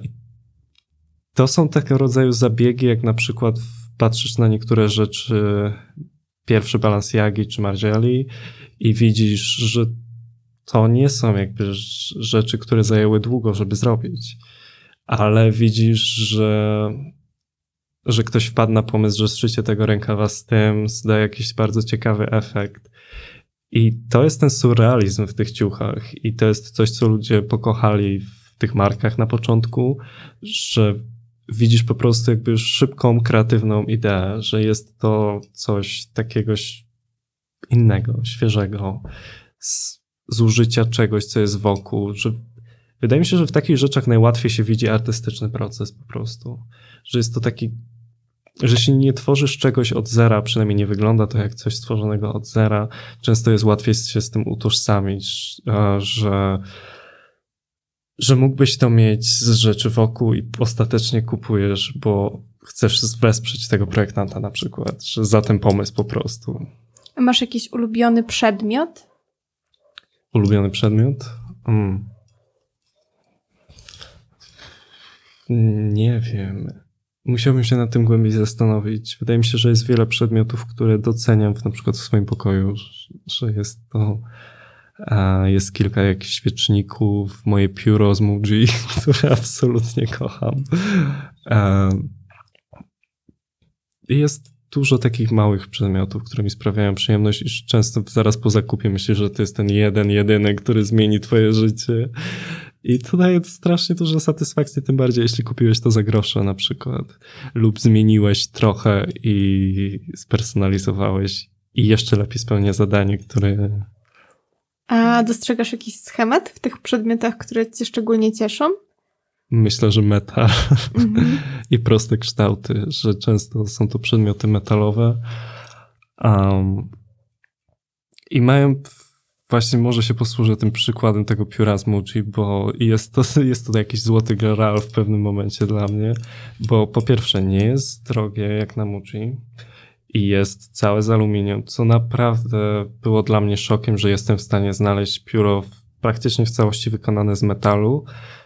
to są tego rodzaju zabiegi, jak na przykład patrzysz na niektóre rzeczy, pierwszy Balenciagi czy Margieli i widzisz, że to nie są jakby rzeczy, które zajęły długo, żeby zrobić, ale widzisz, że że ktoś wpadł na pomysł, że zszycie tego rękawa z tym da jakiś bardzo ciekawy efekt. I to jest ten surrealizm w tych ciuchach i to jest coś, co ludzie pokochali w tych markach na początku, że widzisz po prostu jakby szybką, kreatywną ideę, że jest to coś takiego innego, świeżego, z, z użycia czegoś, co jest wokół, że wydaje mi się, że w takich rzeczach najłatwiej się widzi artystyczny proces po prostu. Że jest to taki, że jeśli nie tworzysz czegoś od zera, przynajmniej nie wygląda to jak coś stworzonego od zera, często jest łatwiej się z tym utożsamić, że, że mógłbyś to mieć z rzeczy wokół i ostatecznie kupujesz, bo chcesz wesprzeć tego projektanta na przykład, że za ten pomysł po prostu. A masz jakiś ulubiony przedmiot? Ulubiony przedmiot? Mm. Nie wiem. Musiałbym się nad tym głębiej zastanowić. Wydaje mi się, że jest wiele przedmiotów, które doceniam w, na przykład w swoim pokoju, że jest to, a jest kilka jakichś świeczników, moje pióro z Muji, które absolutnie kocham. A jest dużo takich małych przedmiotów, które mi sprawiają przyjemność i często zaraz po zakupie myślę, że to jest ten jeden, jedyny, który zmieni twoje życie. I to daje strasznie dużo satysfakcji, tym bardziej jeśli kupiłeś to za grosze na przykład lub zmieniłeś trochę i spersonalizowałeś i jeszcze lepiej spełnia zadanie, które... A dostrzegasz jakiś schemat w tych przedmiotach, które cię szczególnie cieszą? Myślę, że metal Mhm. i proste kształty, że często są to przedmioty metalowe um, i mają... Właśnie może się posłużę tym przykładem tego pióra z Muji, bo jest to, jest to jakiś złoty graal w pewnym momencie dla mnie, bo po pierwsze nie jest drogie jak na Muji i jest całe z aluminium, co naprawdę było dla mnie szokiem, że jestem w stanie znaleźć pióro w, praktycznie w całości wykonane z metalu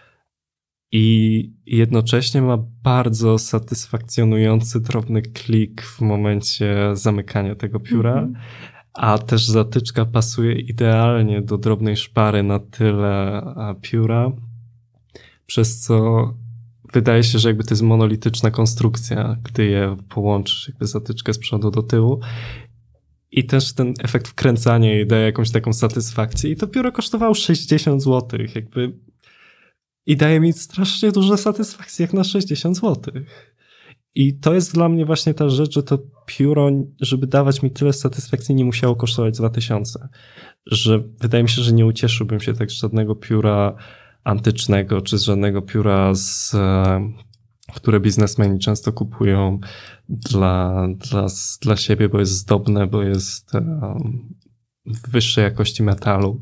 i jednocześnie ma bardzo satysfakcjonujący drobny klik w momencie zamykania tego pióra. Mm-hmm. A też zatyczka pasuje idealnie do drobnej szpary na tyle pióra. przez co wydaje się, że jakby to jest monolityczna konstrukcja, gdy je połączysz jakby zatyczkę z przodu do tyłu. I też ten efekt wkręcania jej daje jakąś taką satysfakcję. I to pióro kosztowało sześćdziesiąt złotych. Jakby i daje mi strasznie dużo satysfakcji jak na sześćdziesiąt złotych. I to jest dla mnie właśnie ta rzecz, że to pióro, żeby dawać mi tyle satysfakcji, nie musiało kosztować dwa tysiące. Że wydaje mi się, że nie ucieszyłbym się tak z żadnego pióra antycznego, czy z żadnego pióra, z, które biznesmeni często kupują dla, dla, dla siebie, bo jest zdobne, bo jest um, wyższej jakości metalu.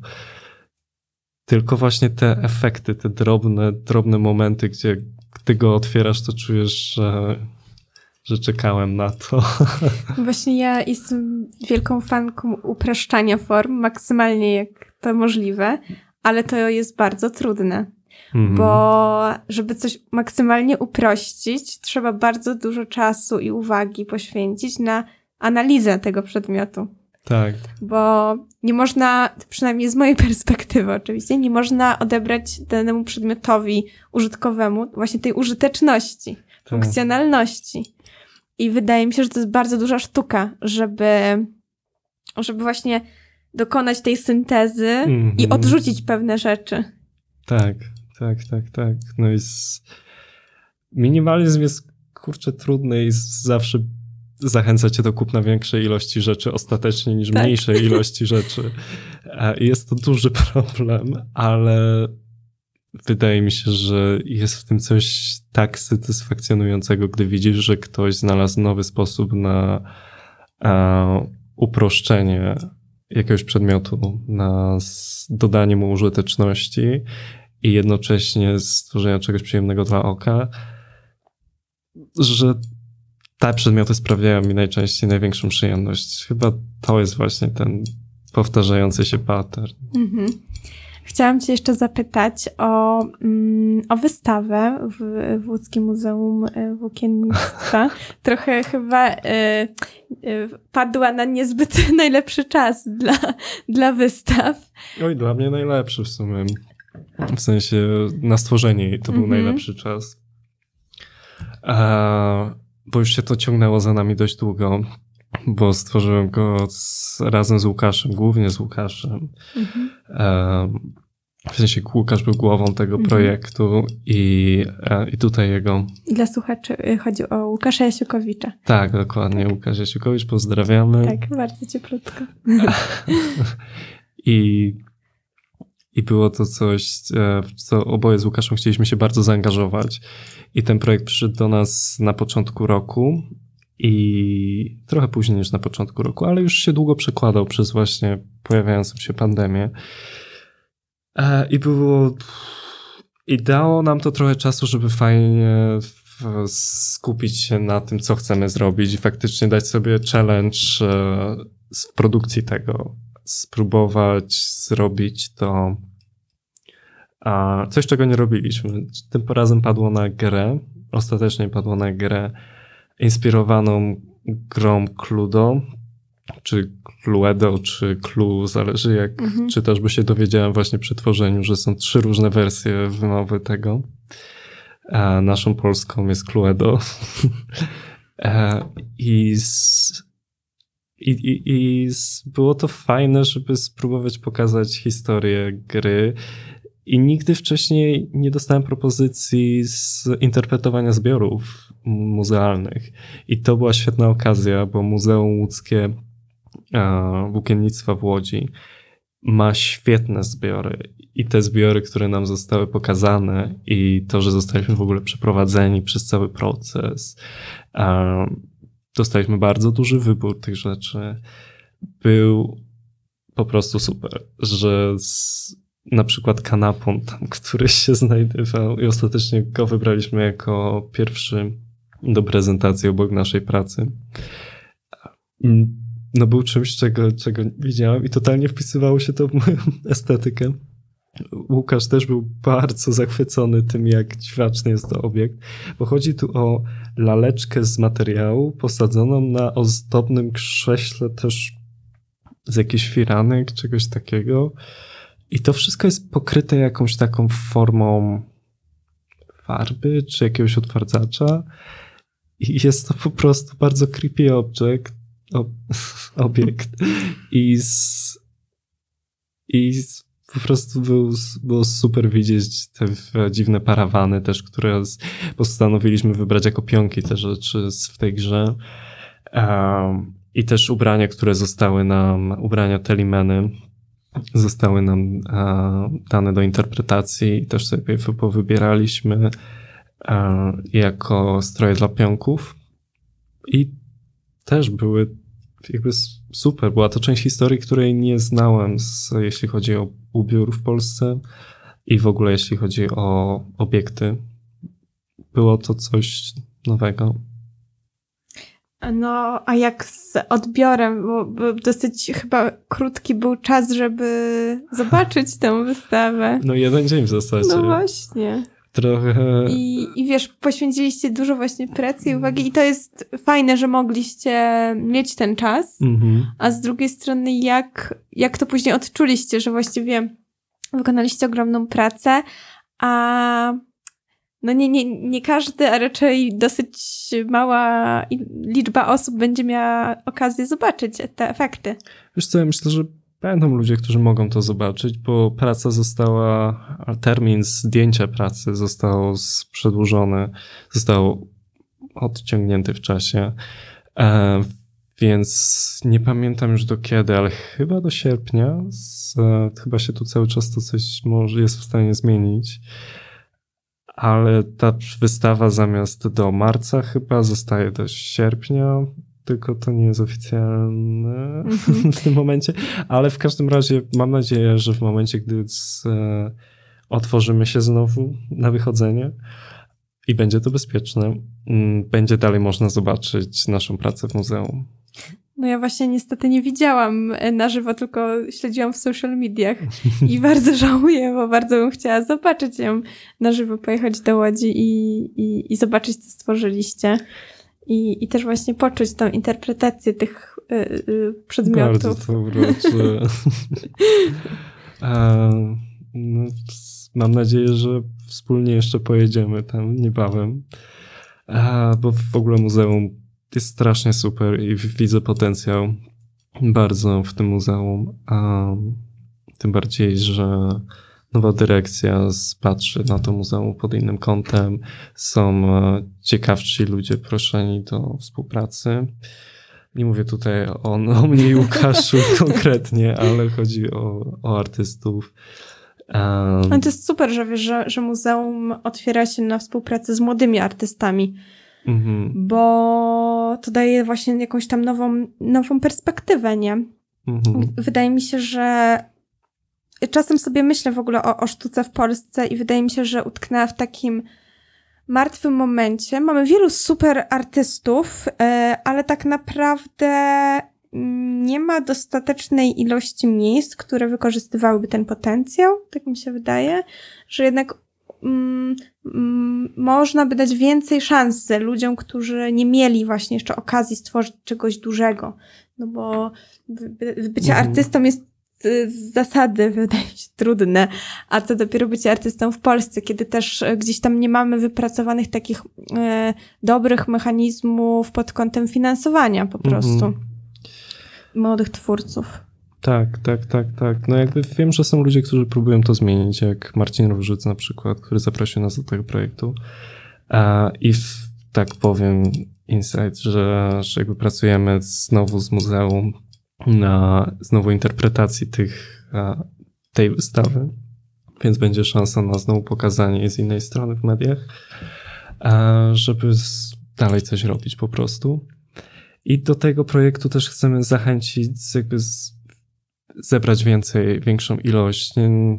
Tylko właśnie te efekty, te drobne, drobne momenty, gdzie gdy go otwierasz, to czujesz, że, że czekałem na to. Właśnie ja jestem wielką fanką upraszczania form, maksymalnie jak to możliwe, ale to jest bardzo trudne, mm. bo żeby coś maksymalnie uprościć, trzeba bardzo dużo czasu i uwagi poświęcić na analizę tego przedmiotu. Tak. Bo nie można, przynajmniej z mojej perspektywy oczywiście, nie można odebrać danemu przedmiotowi użytkowemu właśnie tej użyteczności, tak. funkcjonalności. I wydaje mi się, że to jest bardzo duża sztuka, żeby, żeby właśnie dokonać tej syntezy mm-hmm. i odrzucić pewne rzeczy. Tak, tak, tak, tak. No i z... minimalizm jest, kurczę, trudny i zawsze zachęca cię do kupna większej ilości rzeczy ostatecznie niż tak. mniejszej ilości rzeczy. I jest to duży problem, ale wydaje mi się, że jest w tym coś tak satysfakcjonującego, gdy widzisz, że ktoś znalazł nowy sposób na e, uproszczenie jakiegoś przedmiotu, na dodanie mu użyteczności i jednocześnie stworzenia czegoś przyjemnego dla oka, że te przedmioty sprawiają mi najczęściej największą przyjemność. Chyba to jest właśnie ten powtarzający się pattern. Mhm. Chciałam cię jeszcze zapytać o, mm, o wystawę w, w Łódzkim Muzeum Włókiennictwa. Trochę chyba y, y, padła na niezbyt najlepszy czas dla, dla wystaw. Oj, dla mnie najlepszy w sumie. W sensie na stworzenie jej to był mhm. najlepszy czas. A, bo już się to ciągnęło za nami dość długo, bo stworzyłem go z, razem z Łukaszem, głównie z Łukaszem. Mhm. Um, w sensie Łukasz był głową tego mhm. projektu i, i tutaj jego... Dla słuchaczy chodzi o Łukasza Jasiukowicza. Tak, dokładnie. Łukasz Jasiukowicz, pozdrawiamy. Tak, bardzo cieplutko. I, I było to coś, w co oboje z Łukaszem chcieliśmy się bardzo zaangażować. I ten projekt przyszedł do nas na początku roku i trochę później niż na początku roku, ale już się długo przekładał przez właśnie pojawiającą się pandemię. I było... I dało nam to trochę czasu, żeby fajnie skupić się na tym, co chcemy zrobić i faktycznie dać sobie challenge w produkcji tego. Spróbować zrobić to coś, czego nie robiliśmy. Tym razem padło na grę, ostatecznie padło na grę inspirowaną grą Cluedo, czy Cluedo, czy Clue, zależy jak mhm. czytasz, bo się dowiedziałem właśnie przy tworzeniu, że są trzy różne wersje wymowy tego. A naszą polską jest Cluedo. I, z, i, i, i z, było to fajne, żeby spróbować pokazać historię gry. I nigdy wcześniej nie dostałem propozycji z interpretowania zbiorów muzealnych. I to była świetna okazja, bo Muzeum Łódzkie e, Włókiennictwa w Łodzi ma świetne zbiory. I te zbiory, które nam zostały pokazane i to, że zostaliśmy w ogóle przeprowadzeni przez cały proces, e, dostaliśmy bardzo duży wybór tych rzeczy. Był po prostu super, że z, na przykład kanapon tam, który się znajdował i ostatecznie go wybraliśmy jako pierwszy do prezentacji obok naszej pracy. No był czymś, czego, czego widziałem i totalnie wpisywało się to w moją estetykę. Łukasz też był bardzo zachwycony tym, jak dziwaczny jest to obiekt, bo chodzi tu o laleczkę z materiału posadzoną na ozdobnym krześle też z jakichś firanek, czegoś takiego. I to wszystko jest pokryte jakąś taką formą farby czy jakiegoś odtwarzacza i jest to po prostu bardzo creepy object, ob, obiekt i, z, i z, po prostu był, było super widzieć te dziwne parawany też, które z, postanowiliśmy wybrać jako pionki te rzeczy z, w tej grze. Um, I też ubrania, które zostały nam, ubrania Telimeny zostały nam uh, dane do interpretacji i też sobie powybieraliśmy uh, jako stroje dla pionków. I też były jakby super. Była to część historii, której nie znałem, z, jeśli chodzi o ubiór w Polsce i w ogóle jeśli chodzi o obiekty. Było to coś nowego. No, a jak z odbiorem, bo, bo dosyć chyba krótki był czas, żeby zobaczyć tę wystawę. No jeden dzień w zasadzie. No właśnie. Trochę... I, I wiesz, poświęciliście dużo właśnie pracy i uwagi i to jest fajne, że mogliście mieć ten czas, Mhm. a z drugiej strony jak, jak to później odczuliście, że właściwie wykonaliście ogromną pracę, a no nie, nie, nie każdy, a raczej dosyć mała liczba osób będzie miała okazję zobaczyć te efekty. Wiesz co, ja myślę, że będą ludzie, którzy mogą to zobaczyć, bo praca została, termin zdjęcia pracy został przedłużony, został odciągnięty w czasie, e, więc nie pamiętam już do kiedy, ale chyba do sierpnia, z, e, chyba się tu cały czas to coś może jest w stanie zmienić, ale ta wystawa zamiast do marca chyba zostaje do sierpnia, tylko to nie jest oficjalne mm-hmm. w tym momencie, ale w każdym razie mam nadzieję, że w momencie, gdy z, e, otworzymy się znowu na wychodzenie i będzie to bezpieczne, m, będzie dalej można zobaczyć naszą pracę w muzeum. No ja właśnie niestety nie widziałam na żywo, tylko śledziłam w social mediach i bardzo żałuję, bo bardzo bym chciała zobaczyć ją na żywo, pojechać do Łodzi i, i, i zobaczyć, co stworzyliście. I, I też właśnie poczuć tą interpretację tych y, y, przedmiotów. Bardzo to uroczy. no, mam nadzieję, że wspólnie jeszcze pojedziemy tam niebawem. A, bo w ogóle muzeum jest strasznie super i widzę potencjał bardzo w tym muzeum. A, tym bardziej, że nowa dyrekcja patrzy na to muzeum pod innym kątem. Są ciekawsi ludzie proszeni do współpracy. Nie mówię tutaj o, o mnie i Łukaszu konkretnie, ale chodzi o, o artystów. Um, Ale to jest super, że wiesz, że, że muzeum otwiera się na współpracę z młodymi artystami, mm-hmm. bo to daje właśnie jakąś tam nową, nową perspektywę, nie? Mm-hmm. Wydaje mi się, że czasem sobie myślę w ogóle o, o sztuce w Polsce i wydaje mi się, że utknęła w takim martwym momencie. Mamy wielu super artystów, ale tak naprawdę nie ma dostatecznej ilości miejsc, które wykorzystywałyby ten potencjał. Tak mi się wydaje, że jednak mm, mm, można by dać więcej szansy ludziom, którzy nie mieli właśnie jeszcze okazji stworzyć czegoś dużego. No bo bycie mhm. artystą jest z zasady wydaje mi się trudne, a co dopiero bycie artystą w Polsce, kiedy też gdzieś tam nie mamy wypracowanych takich e, dobrych mechanizmów pod kątem finansowania po prostu mm-hmm. młodych twórców. Tak, tak, tak, tak. No jakby wiem, że są ludzie, którzy próbują to zmienić, jak Marcin Różyc na przykład, który zaprosił nas do tego projektu. E, I w, tak powiem insight, że, że jakby pracujemy znowu z muzeum na znowu interpretacji tych, tej wystawy, więc będzie szansa na znowu pokazanie jej z innej strony w mediach, żeby dalej coś robić po prostu. I do tego projektu też chcemy zachęcić, jakby z, zebrać więcej, większą ilość nie,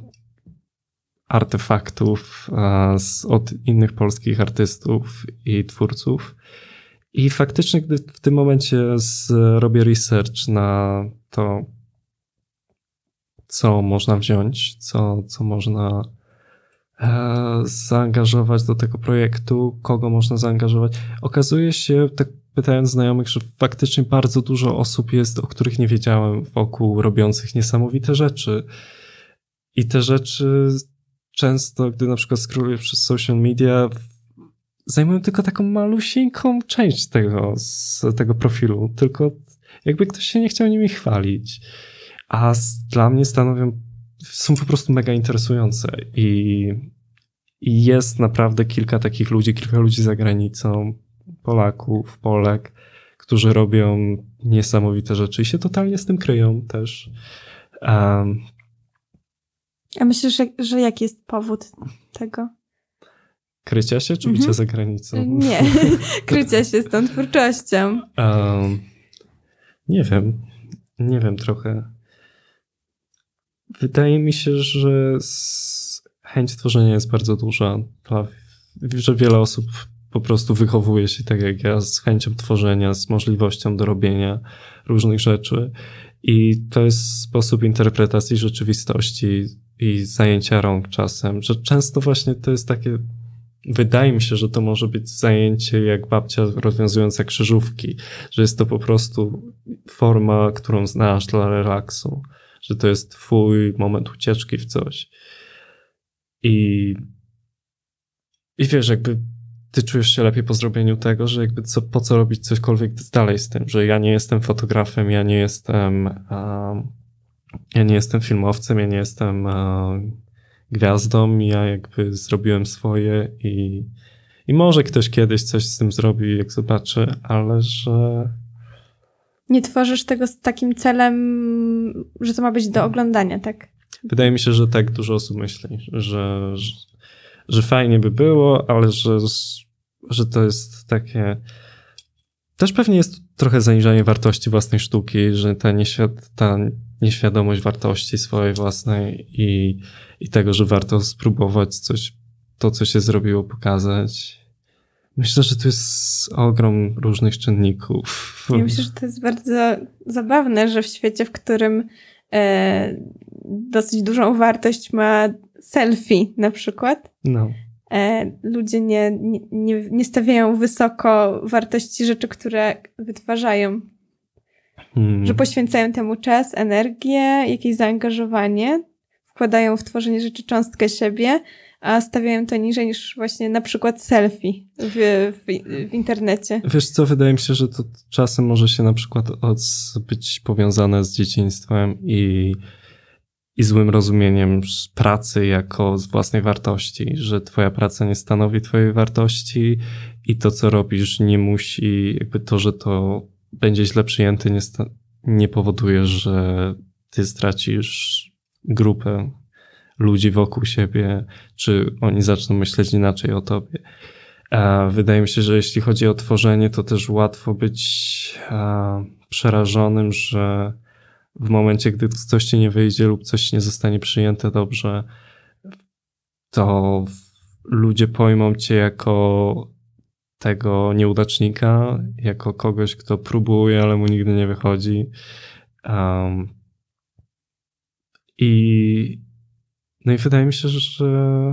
artefaktów z, od innych polskich artystów i twórców. I faktycznie, gdy w tym momencie z, robię research na to, co można wziąć, co, co można e, zaangażować do tego projektu, kogo można zaangażować, okazuje się, tak pytając znajomych, że faktycznie bardzo dużo osób jest, o których nie wiedziałem wokół, robiących niesamowite rzeczy. I te rzeczy często, gdy na przykład scrolluję przez social media, zajmują tylko taką malusieńką część tego, z tego profilu, tylko jakby ktoś się nie chciał nimi chwalić. A z, dla mnie stanowią, są po prostu mega interesujące i, i jest naprawdę kilka takich ludzi, kilka ludzi za granicą, Polaków, Polek, którzy robią niesamowite rzeczy i się totalnie z tym kryją też. Um, A myślisz, że, że jaki jest powód tego? krycia się czy Mhm. bycia za granicą? Nie, krycia się z tą twórczością. Um, nie wiem. Nie wiem trochę. Wydaje mi się, że z... chęć tworzenia jest bardzo duża. Dla... Że wiele osób po prostu wychowuje się tak jak ja, z chęcią tworzenia, z możliwością do robienia różnych rzeczy. I to jest sposób interpretacji rzeczywistości i zajęcia rąk czasem, że często właśnie to jest takie, wydaje mi się, że to może być zajęcie jak babcia rozwiązująca krzyżówki, że jest to po prostu forma, którą znasz dla relaksu, że to jest twój moment ucieczki w coś. I, i wiesz, jakby ty czujesz się lepiej po zrobieniu tego, że jakby co, po co robić cośkolwiek dalej z tym, że ja nie jestem fotografem, ja nie jestem um, ja nie jestem filmowcem, ja nie jestem um, gwiazdą, ja jakby zrobiłem swoje i, i może ktoś kiedyś coś z tym zrobi, jak zobaczy, ale że... Nie tworzysz tego z takim celem, że to ma być do oglądania, tak? Wydaje mi się, że tak dużo osób myśli, że, że, że fajnie by było, ale że, że to jest takie... Też pewnie jest trochę zaniżanie wartości własnej sztuki, że ta, nieświad... ta nieświadomość wartości swojej własnej i, i tego, że warto spróbować coś, to co się zrobiło, pokazać. Myślę, że to jest ogrom różnych czynników. Ja myślę, że to jest bardzo zabawne, że w świecie, w którym e, dosyć dużą wartość ma selfie na przykład, No. e, ludzie nie, nie, nie stawiają wysoko wartości rzeczy, które wytwarzają. Hmm. Że poświęcają temu czas, energię, jakieś zaangażowanie, wkładają w tworzenie rzeczy cząstkę siebie, a stawiają to niżej niż właśnie na przykład selfie w, w, w internecie. Wiesz co, wydaje mi się, że to czasem może się na przykład od, być powiązane z dzieciństwem i, i złym rozumieniem pracy jako z własnej wartości, że twoja praca nie stanowi twojej wartości i to, co robisz, nie musi, jakby to, że to będzie źle przyjęty, nie, sta- nie powoduje, że ty stracisz grupę ludzi wokół siebie, czy oni zaczną myśleć inaczej o tobie. A wydaje mi się, że jeśli chodzi o tworzenie, to też łatwo być a, przerażonym, że w momencie, gdy coś ci nie wyjdzie lub coś nie zostanie przyjęte dobrze, to ludzie pojmą cię jako tego nieudacznika, jako kogoś, kto próbuje, ale mu nigdy nie wychodzi. Um, i no i wydaje mi się, że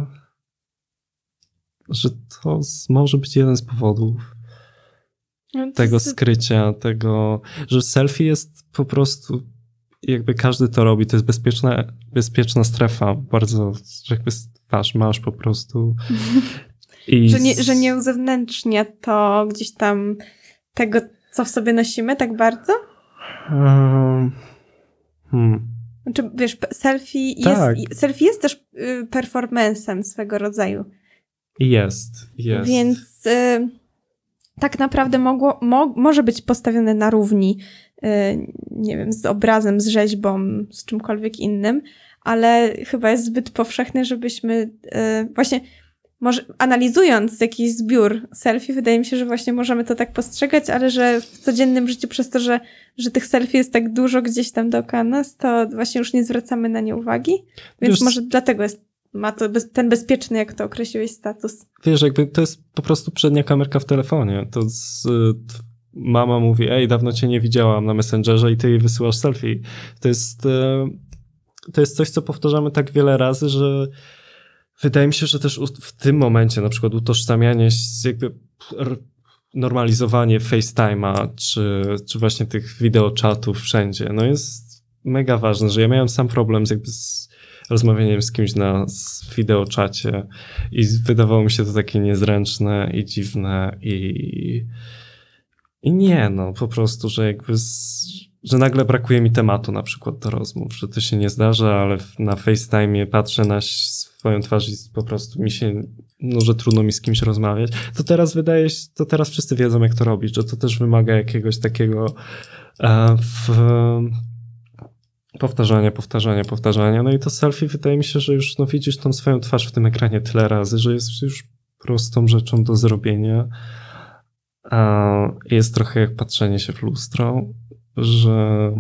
że to może być jeden z powodów No tego jest... skrycia, tego, że selfie jest po prostu, jakby każdy to robi, to jest bezpieczna, bezpieczna strefa, bardzo jakby twarz masz po prostu. I że, nie, że nie uzewnętrznia to gdzieś tam tego, co w sobie nosimy tak bardzo? Um, hmm. Znaczy, wiesz, selfie, Tak. jest, selfie jest też y, performancem swego rodzaju. Jest, jest. Więc y, tak naprawdę mogło, mo, może być postawione na równi, y, nie wiem, z obrazem, z rzeźbą, z czymkolwiek innym, ale chyba jest zbyt powszechne, żebyśmy y, właśnie, może analizując jakiś zbiór selfie, wydaje mi się, że właśnie możemy to tak postrzegać, ale że w codziennym życiu przez to, że, że tych selfie jest tak dużo gdzieś tam dookoła nas, to właśnie już nie zwracamy na nie uwagi, więc Wiesz, może dlatego jest, ma to bez, ten bezpieczny, jak to określiłeś, status. Wiesz, jakby to jest po prostu przednia kamerka w telefonie. To z, t, mama mówi, ej, dawno cię nie widziałam na Messengerze i ty jej wysyłasz selfie. To jest, e, to jest coś, co powtarzamy tak wiele razy, że wydaje mi się, że też w tym momencie na przykład utożsamianie, jakby normalizowanie FaceTime'a, czy, czy właśnie tych wideoczatów wszędzie, no jest mega ważne, że ja miałem sam problem z jakby z rozmawianiem z kimś na z wideoczacie i wydawało mi się to takie niezręczne i dziwne i, i nie, no po prostu, że jakby z, że nagle brakuje mi tematu na przykład do rozmów, że to się nie zdarza, ale na FaceTime'ie patrzę na swoją twarz i po prostu mi się, no że trudno mi z kimś rozmawiać. To teraz wydaje się, to teraz wszyscy wiedzą jak to robić, że to też wymaga jakiegoś takiego e, w, powtarzania, powtarzania, powtarzania. No i to selfie wydaje mi się, że już no, widzisz tą swoją twarz w tym ekranie tyle razy, że jest już prostą rzeczą do zrobienia. A jest trochę jak patrzenie się w lustro, że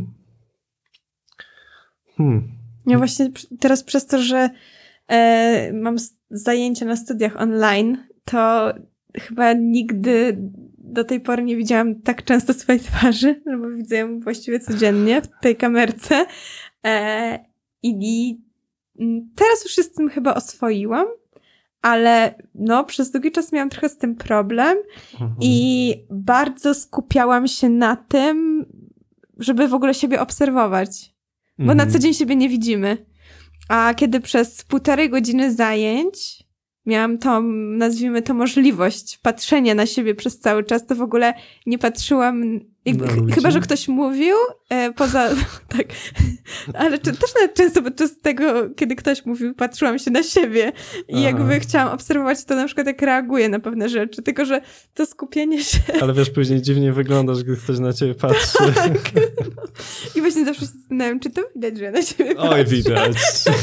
hmm. Ja właśnie teraz przez to, że e, mam zajęcia na studiach online, to chyba nigdy do tej pory nie widziałam tak często swojej twarzy, no bo widzę ją właściwie codziennie w tej kamerce. E, I teraz już się z tym chyba oswoiłam, ale no przez długi czas miałam trochę z tym problem mhm. i bardzo skupiałam się na tym, żeby w ogóle siebie obserwować. Bo mhm. na co dzień siebie nie widzimy. A kiedy przez półtorej godziny zajęć miałam tą, nazwijmy to, możliwość patrzenia na siebie przez cały czas, to w ogóle nie patrzyłam, jakby, ch- chyba że ktoś mówił, e, poza, tak, ale czy, też nawet często podczas tego, kiedy ktoś mówił, patrzyłam się na siebie i Aha. jakby chciałam obserwować to na przykład, jak reaguję na pewne rzeczy, tylko że to skupienie się... Ale wiesz, później dziwnie wyglądasz, gdy ktoś na ciebie patrzy. Tak. No. I właśnie zawsze się zastanawiam, czy to widać, że ja na siebie patrzę. Oj, widać.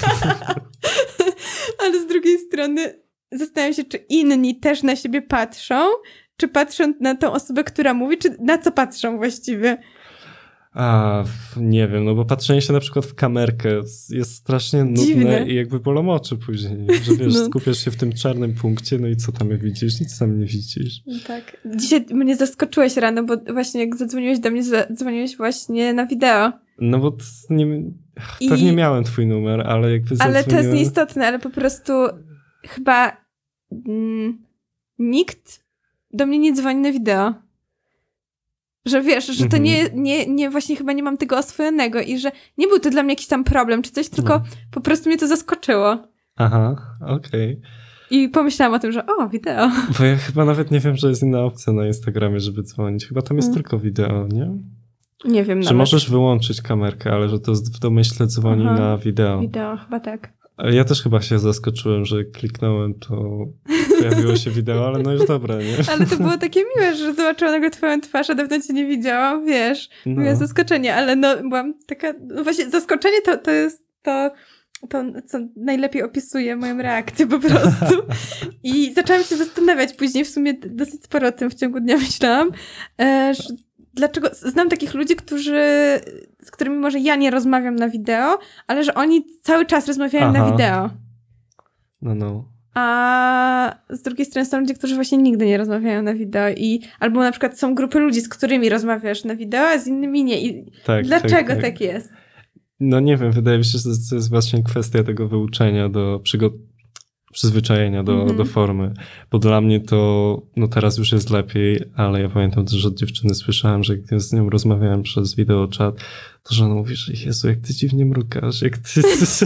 Ale z drugiej strony zastanawiam się, czy inni też na siebie patrzą, czy patrzą na tą osobę, która mówi, czy na co patrzą właściwie? A, nie wiem, no bo patrzenie się na przykład w kamerkę jest strasznie nudne Dziwne. I jakby bolą oczy później, że wiesz, no. skupiasz się w tym czarnym punkcie, no i co tam widzisz? Nic tam nie widzisz. Tak. Dzisiaj mnie zaskoczyłeś rano, bo właśnie jak zadzwoniłeś do mnie, zadzwoniłeś właśnie na wideo. No bo nie, I... pewnie miałem twój numer, ale jakby zadzwoniłem... Ale to jest nieistotne, ale po prostu chyba mm, nikt do mnie nie dzwoni na wideo. Że wiesz, że to nie, nie, nie, właśnie chyba nie mam tego oswojonego i że nie był to dla mnie jakiś tam problem czy coś, tylko no. po prostu mnie to zaskoczyło. Aha, okej. Okay. I pomyślałam o tym, że o, wideo. Bo ja chyba nawet nie wiem, że jest inna opcja na Instagramie, żeby dzwonić. Chyba tam jest hmm. tylko wideo, nie? Nie wiem Że nawet. możesz wyłączyć kamerkę, ale że to w domyśle dzwoni Aha. na wideo. Wideo, chyba tak. Ja też chyba się zaskoczyłem, że kliknąłem, to pojawiło się wideo, ale no już dobra, nie? Ale to było takie miłe, że zobaczyłam nagle twoją twarz, a dawno cię nie widziałam, wiesz. No. Miałe zaskoczenie, ale no byłam taka, no właśnie zaskoczenie to, to jest to, to, co najlepiej opisuje moją reakcję po prostu. I zaczęłam się zastanawiać później, w sumie dosyć sporo o tym w ciągu dnia myślałam, że dlaczego, znam takich ludzi, którzy, z którymi może ja nie rozmawiam na wideo, ale że oni cały czas rozmawiają Aha. na wideo. No, no. A z drugiej strony są ludzie, którzy właśnie nigdy nie rozmawiają na wideo i albo na przykład są grupy ludzi, z którymi rozmawiasz na wideo, a z innymi nie. I tak, dlaczego tak, tak. tak jest? No nie wiem, wydaje mi się, że to jest właśnie kwestia tego wyuczenia do przygotowania, przyzwyczajenia do, mm-hmm. do formy, bo dla mnie to, no teraz już jest lepiej, ale ja pamiętam też, że od dziewczyny słyszałem, że gdy z nią rozmawiałem przez wideoczat, to że ona mówi, że Jezu, jak ty dziwnie mrugasz, jak ty...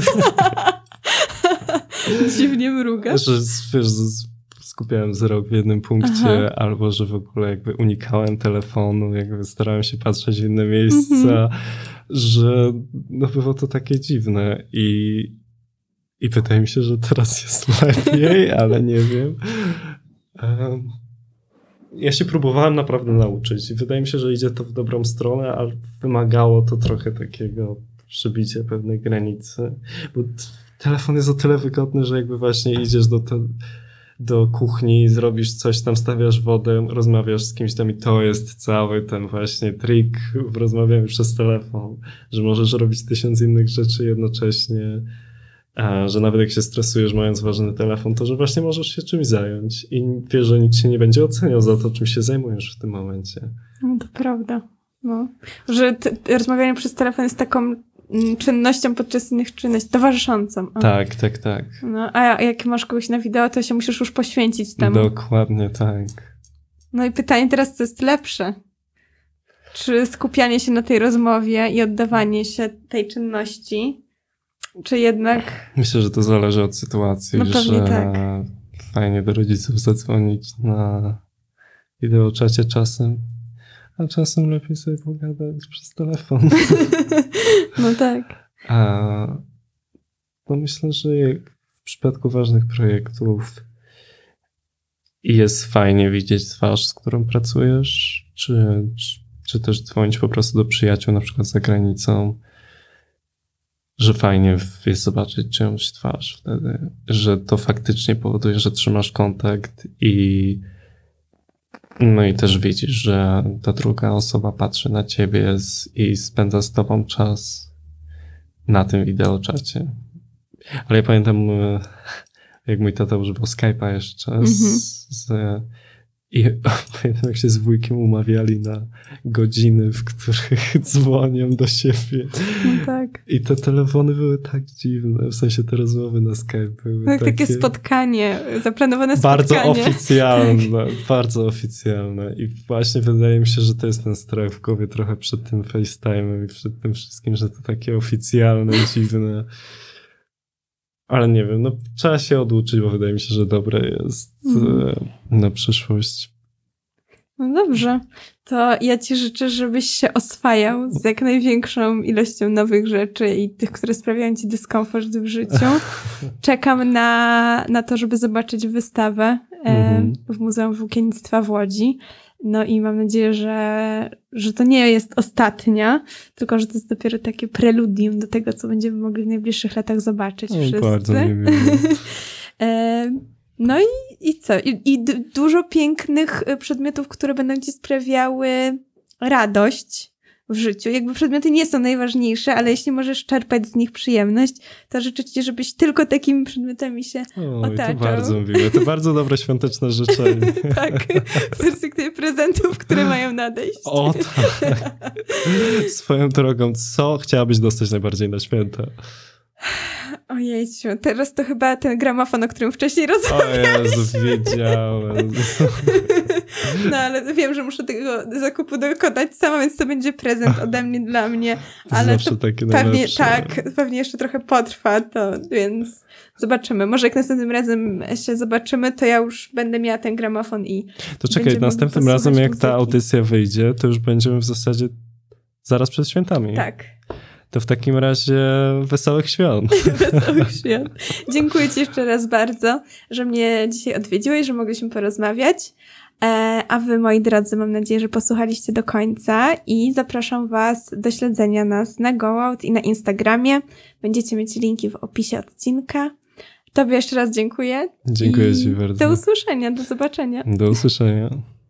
dziwnie mrugasz? Że wiesz, skupiałem wzrok w jednym punkcie, Aha. albo że w ogóle jakby unikałem telefonu, jakby starałem się patrzeć w inne miejsca, mm-hmm. że no było to takie dziwne i I wydaje mi się, że teraz jest lepiej, ale nie wiem. Um, ja się próbowałem naprawdę nauczyć i wydaje mi się, że idzie to w dobrą stronę, ale wymagało to trochę takiego przebicia pewnej granicy. Bo t- telefon jest o tyle wygodny, że jakby właśnie idziesz do, te, do kuchni, zrobisz coś tam, stawiasz wodę, rozmawiasz z kimś tam i to jest cały ten właśnie trik w rozmawianiu przez telefon, że możesz robić tysiąc innych rzeczy jednocześnie. A, że nawet jak się stresujesz mając ważny telefon, to że właśnie możesz się czymś zająć i wiesz, że nikt się nie będzie oceniał za to, czym się zajmujesz w tym momencie. No to prawda. No. Że t- rozmawianie przez telefon jest taką m, czynnością podczas innych czynności, towarzyszącą. O. Tak, tak, tak. No, a jak masz kogoś na wideo, to się musisz już poświęcić temu. Dokładnie tak. No i pytanie teraz, co jest lepsze? Czy skupianie się na tej rozmowie i oddawanie się tej czynności, czy jednak... Myślę, że to zależy od sytuacji, No pewnie że tak. fajnie do rodziców zadzwonić na wideoczacie czasem, a czasem lepiej sobie pogadać przez telefon. No tak. A no myślę, że jak w przypadku ważnych projektów jest fajnie widzieć twarz, z którą pracujesz, czy, czy, czy też dzwonić po prostu do przyjaciół, na przykład za granicą, że fajnie jest zobaczyć czyjąś twarz wtedy, że to faktycznie powoduje, że trzymasz kontakt i no i też widzisz, że ta druga osoba patrzy na ciebie z, i spędza z tobą czas na tym wideoczacie. Ale ja pamiętam, jak mój tata używał Skype'a jeszcze Mhm. z, z, i pamiętam, jak się z wujkiem umawiali na godziny, w których dzwonią do siebie. No tak. I te telefony były tak dziwne, w sensie te rozmowy na Skype były Tak, takie... takie spotkanie, zaplanowane Bardzo spotkanie. oficjalne, bardzo oficjalne. I właśnie wydaje mi się, że to jest ten strach w głowie trochę przed tym FaceTime'em i przed tym wszystkim, że to takie oficjalne, dziwne. Ale nie wiem, no trzeba się oduczyć, bo wydaje mi się, że dobre jest Mhm. e, na przyszłość. No dobrze, to ja ci życzę, żebyś się oswajał z jak największą ilością nowych rzeczy i tych, które sprawiają ci dyskomfort w życiu. Czekam na, na to, żeby zobaczyć wystawę e, Mhm. w Muzeum Włókiennictwa w Łodzi. No i mam nadzieję, że, że to nie jest ostatnia, tylko że to jest dopiero takie preludium do tego, co będziemy mogli w najbliższych latach zobaczyć O, wszyscy. bardzo mi miło. E, No i, i co? I, i d- dużo pięknych y, przedmiotów, które będą ci sprawiały radość w życiu. Jakby przedmioty nie są najważniejsze, ale jeśli możesz czerpać z nich przyjemność, to życzę ci, żebyś tylko takimi przedmiotami się Oj, to otaczał. bardzo miłe. To bardzo dobre świąteczne życzenie. tak, w perspektywie prezentów, które mają nadejść. O tak. Swoją drogą, co chciałabyś dostać najbardziej na święta? Ojejciu, teraz to chyba ten gramofon, o którym wcześniej rozmawialiśmy. O Jezu, wiedziałem. No ale wiem, że muszę tego zakupu dokonać sama, więc to będzie prezent ode mnie dla mnie. To Ale zawsze to takie pewnie najlepsze. tak, pewnie jeszcze trochę potrwa to, więc zobaczymy. Może jak następnym razem się zobaczymy, to ja już będę miała ten gramofon i To czekaj, będziemy następnym mogli razem jak posłuchać ta muzyki. audycja wyjdzie, to już będziemy w zasadzie zaraz przed świętami. Tak. To w takim razie wesołych świąt. Wesołych świąt. Dziękuję ci jeszcze raz bardzo, że mnie dzisiaj odwiedziłeś, że mogliśmy porozmawiać. E, a wy, moi drodzy, mam nadzieję, że posłuchaliście do końca i zapraszam was do śledzenia nas na GoOut i na Instagramie. Będziecie mieć linki w opisie odcinka. Tobie jeszcze raz dziękuję. Dziękuję I ci bardzo. Do usłyszenia, do zobaczenia. Do usłyszenia.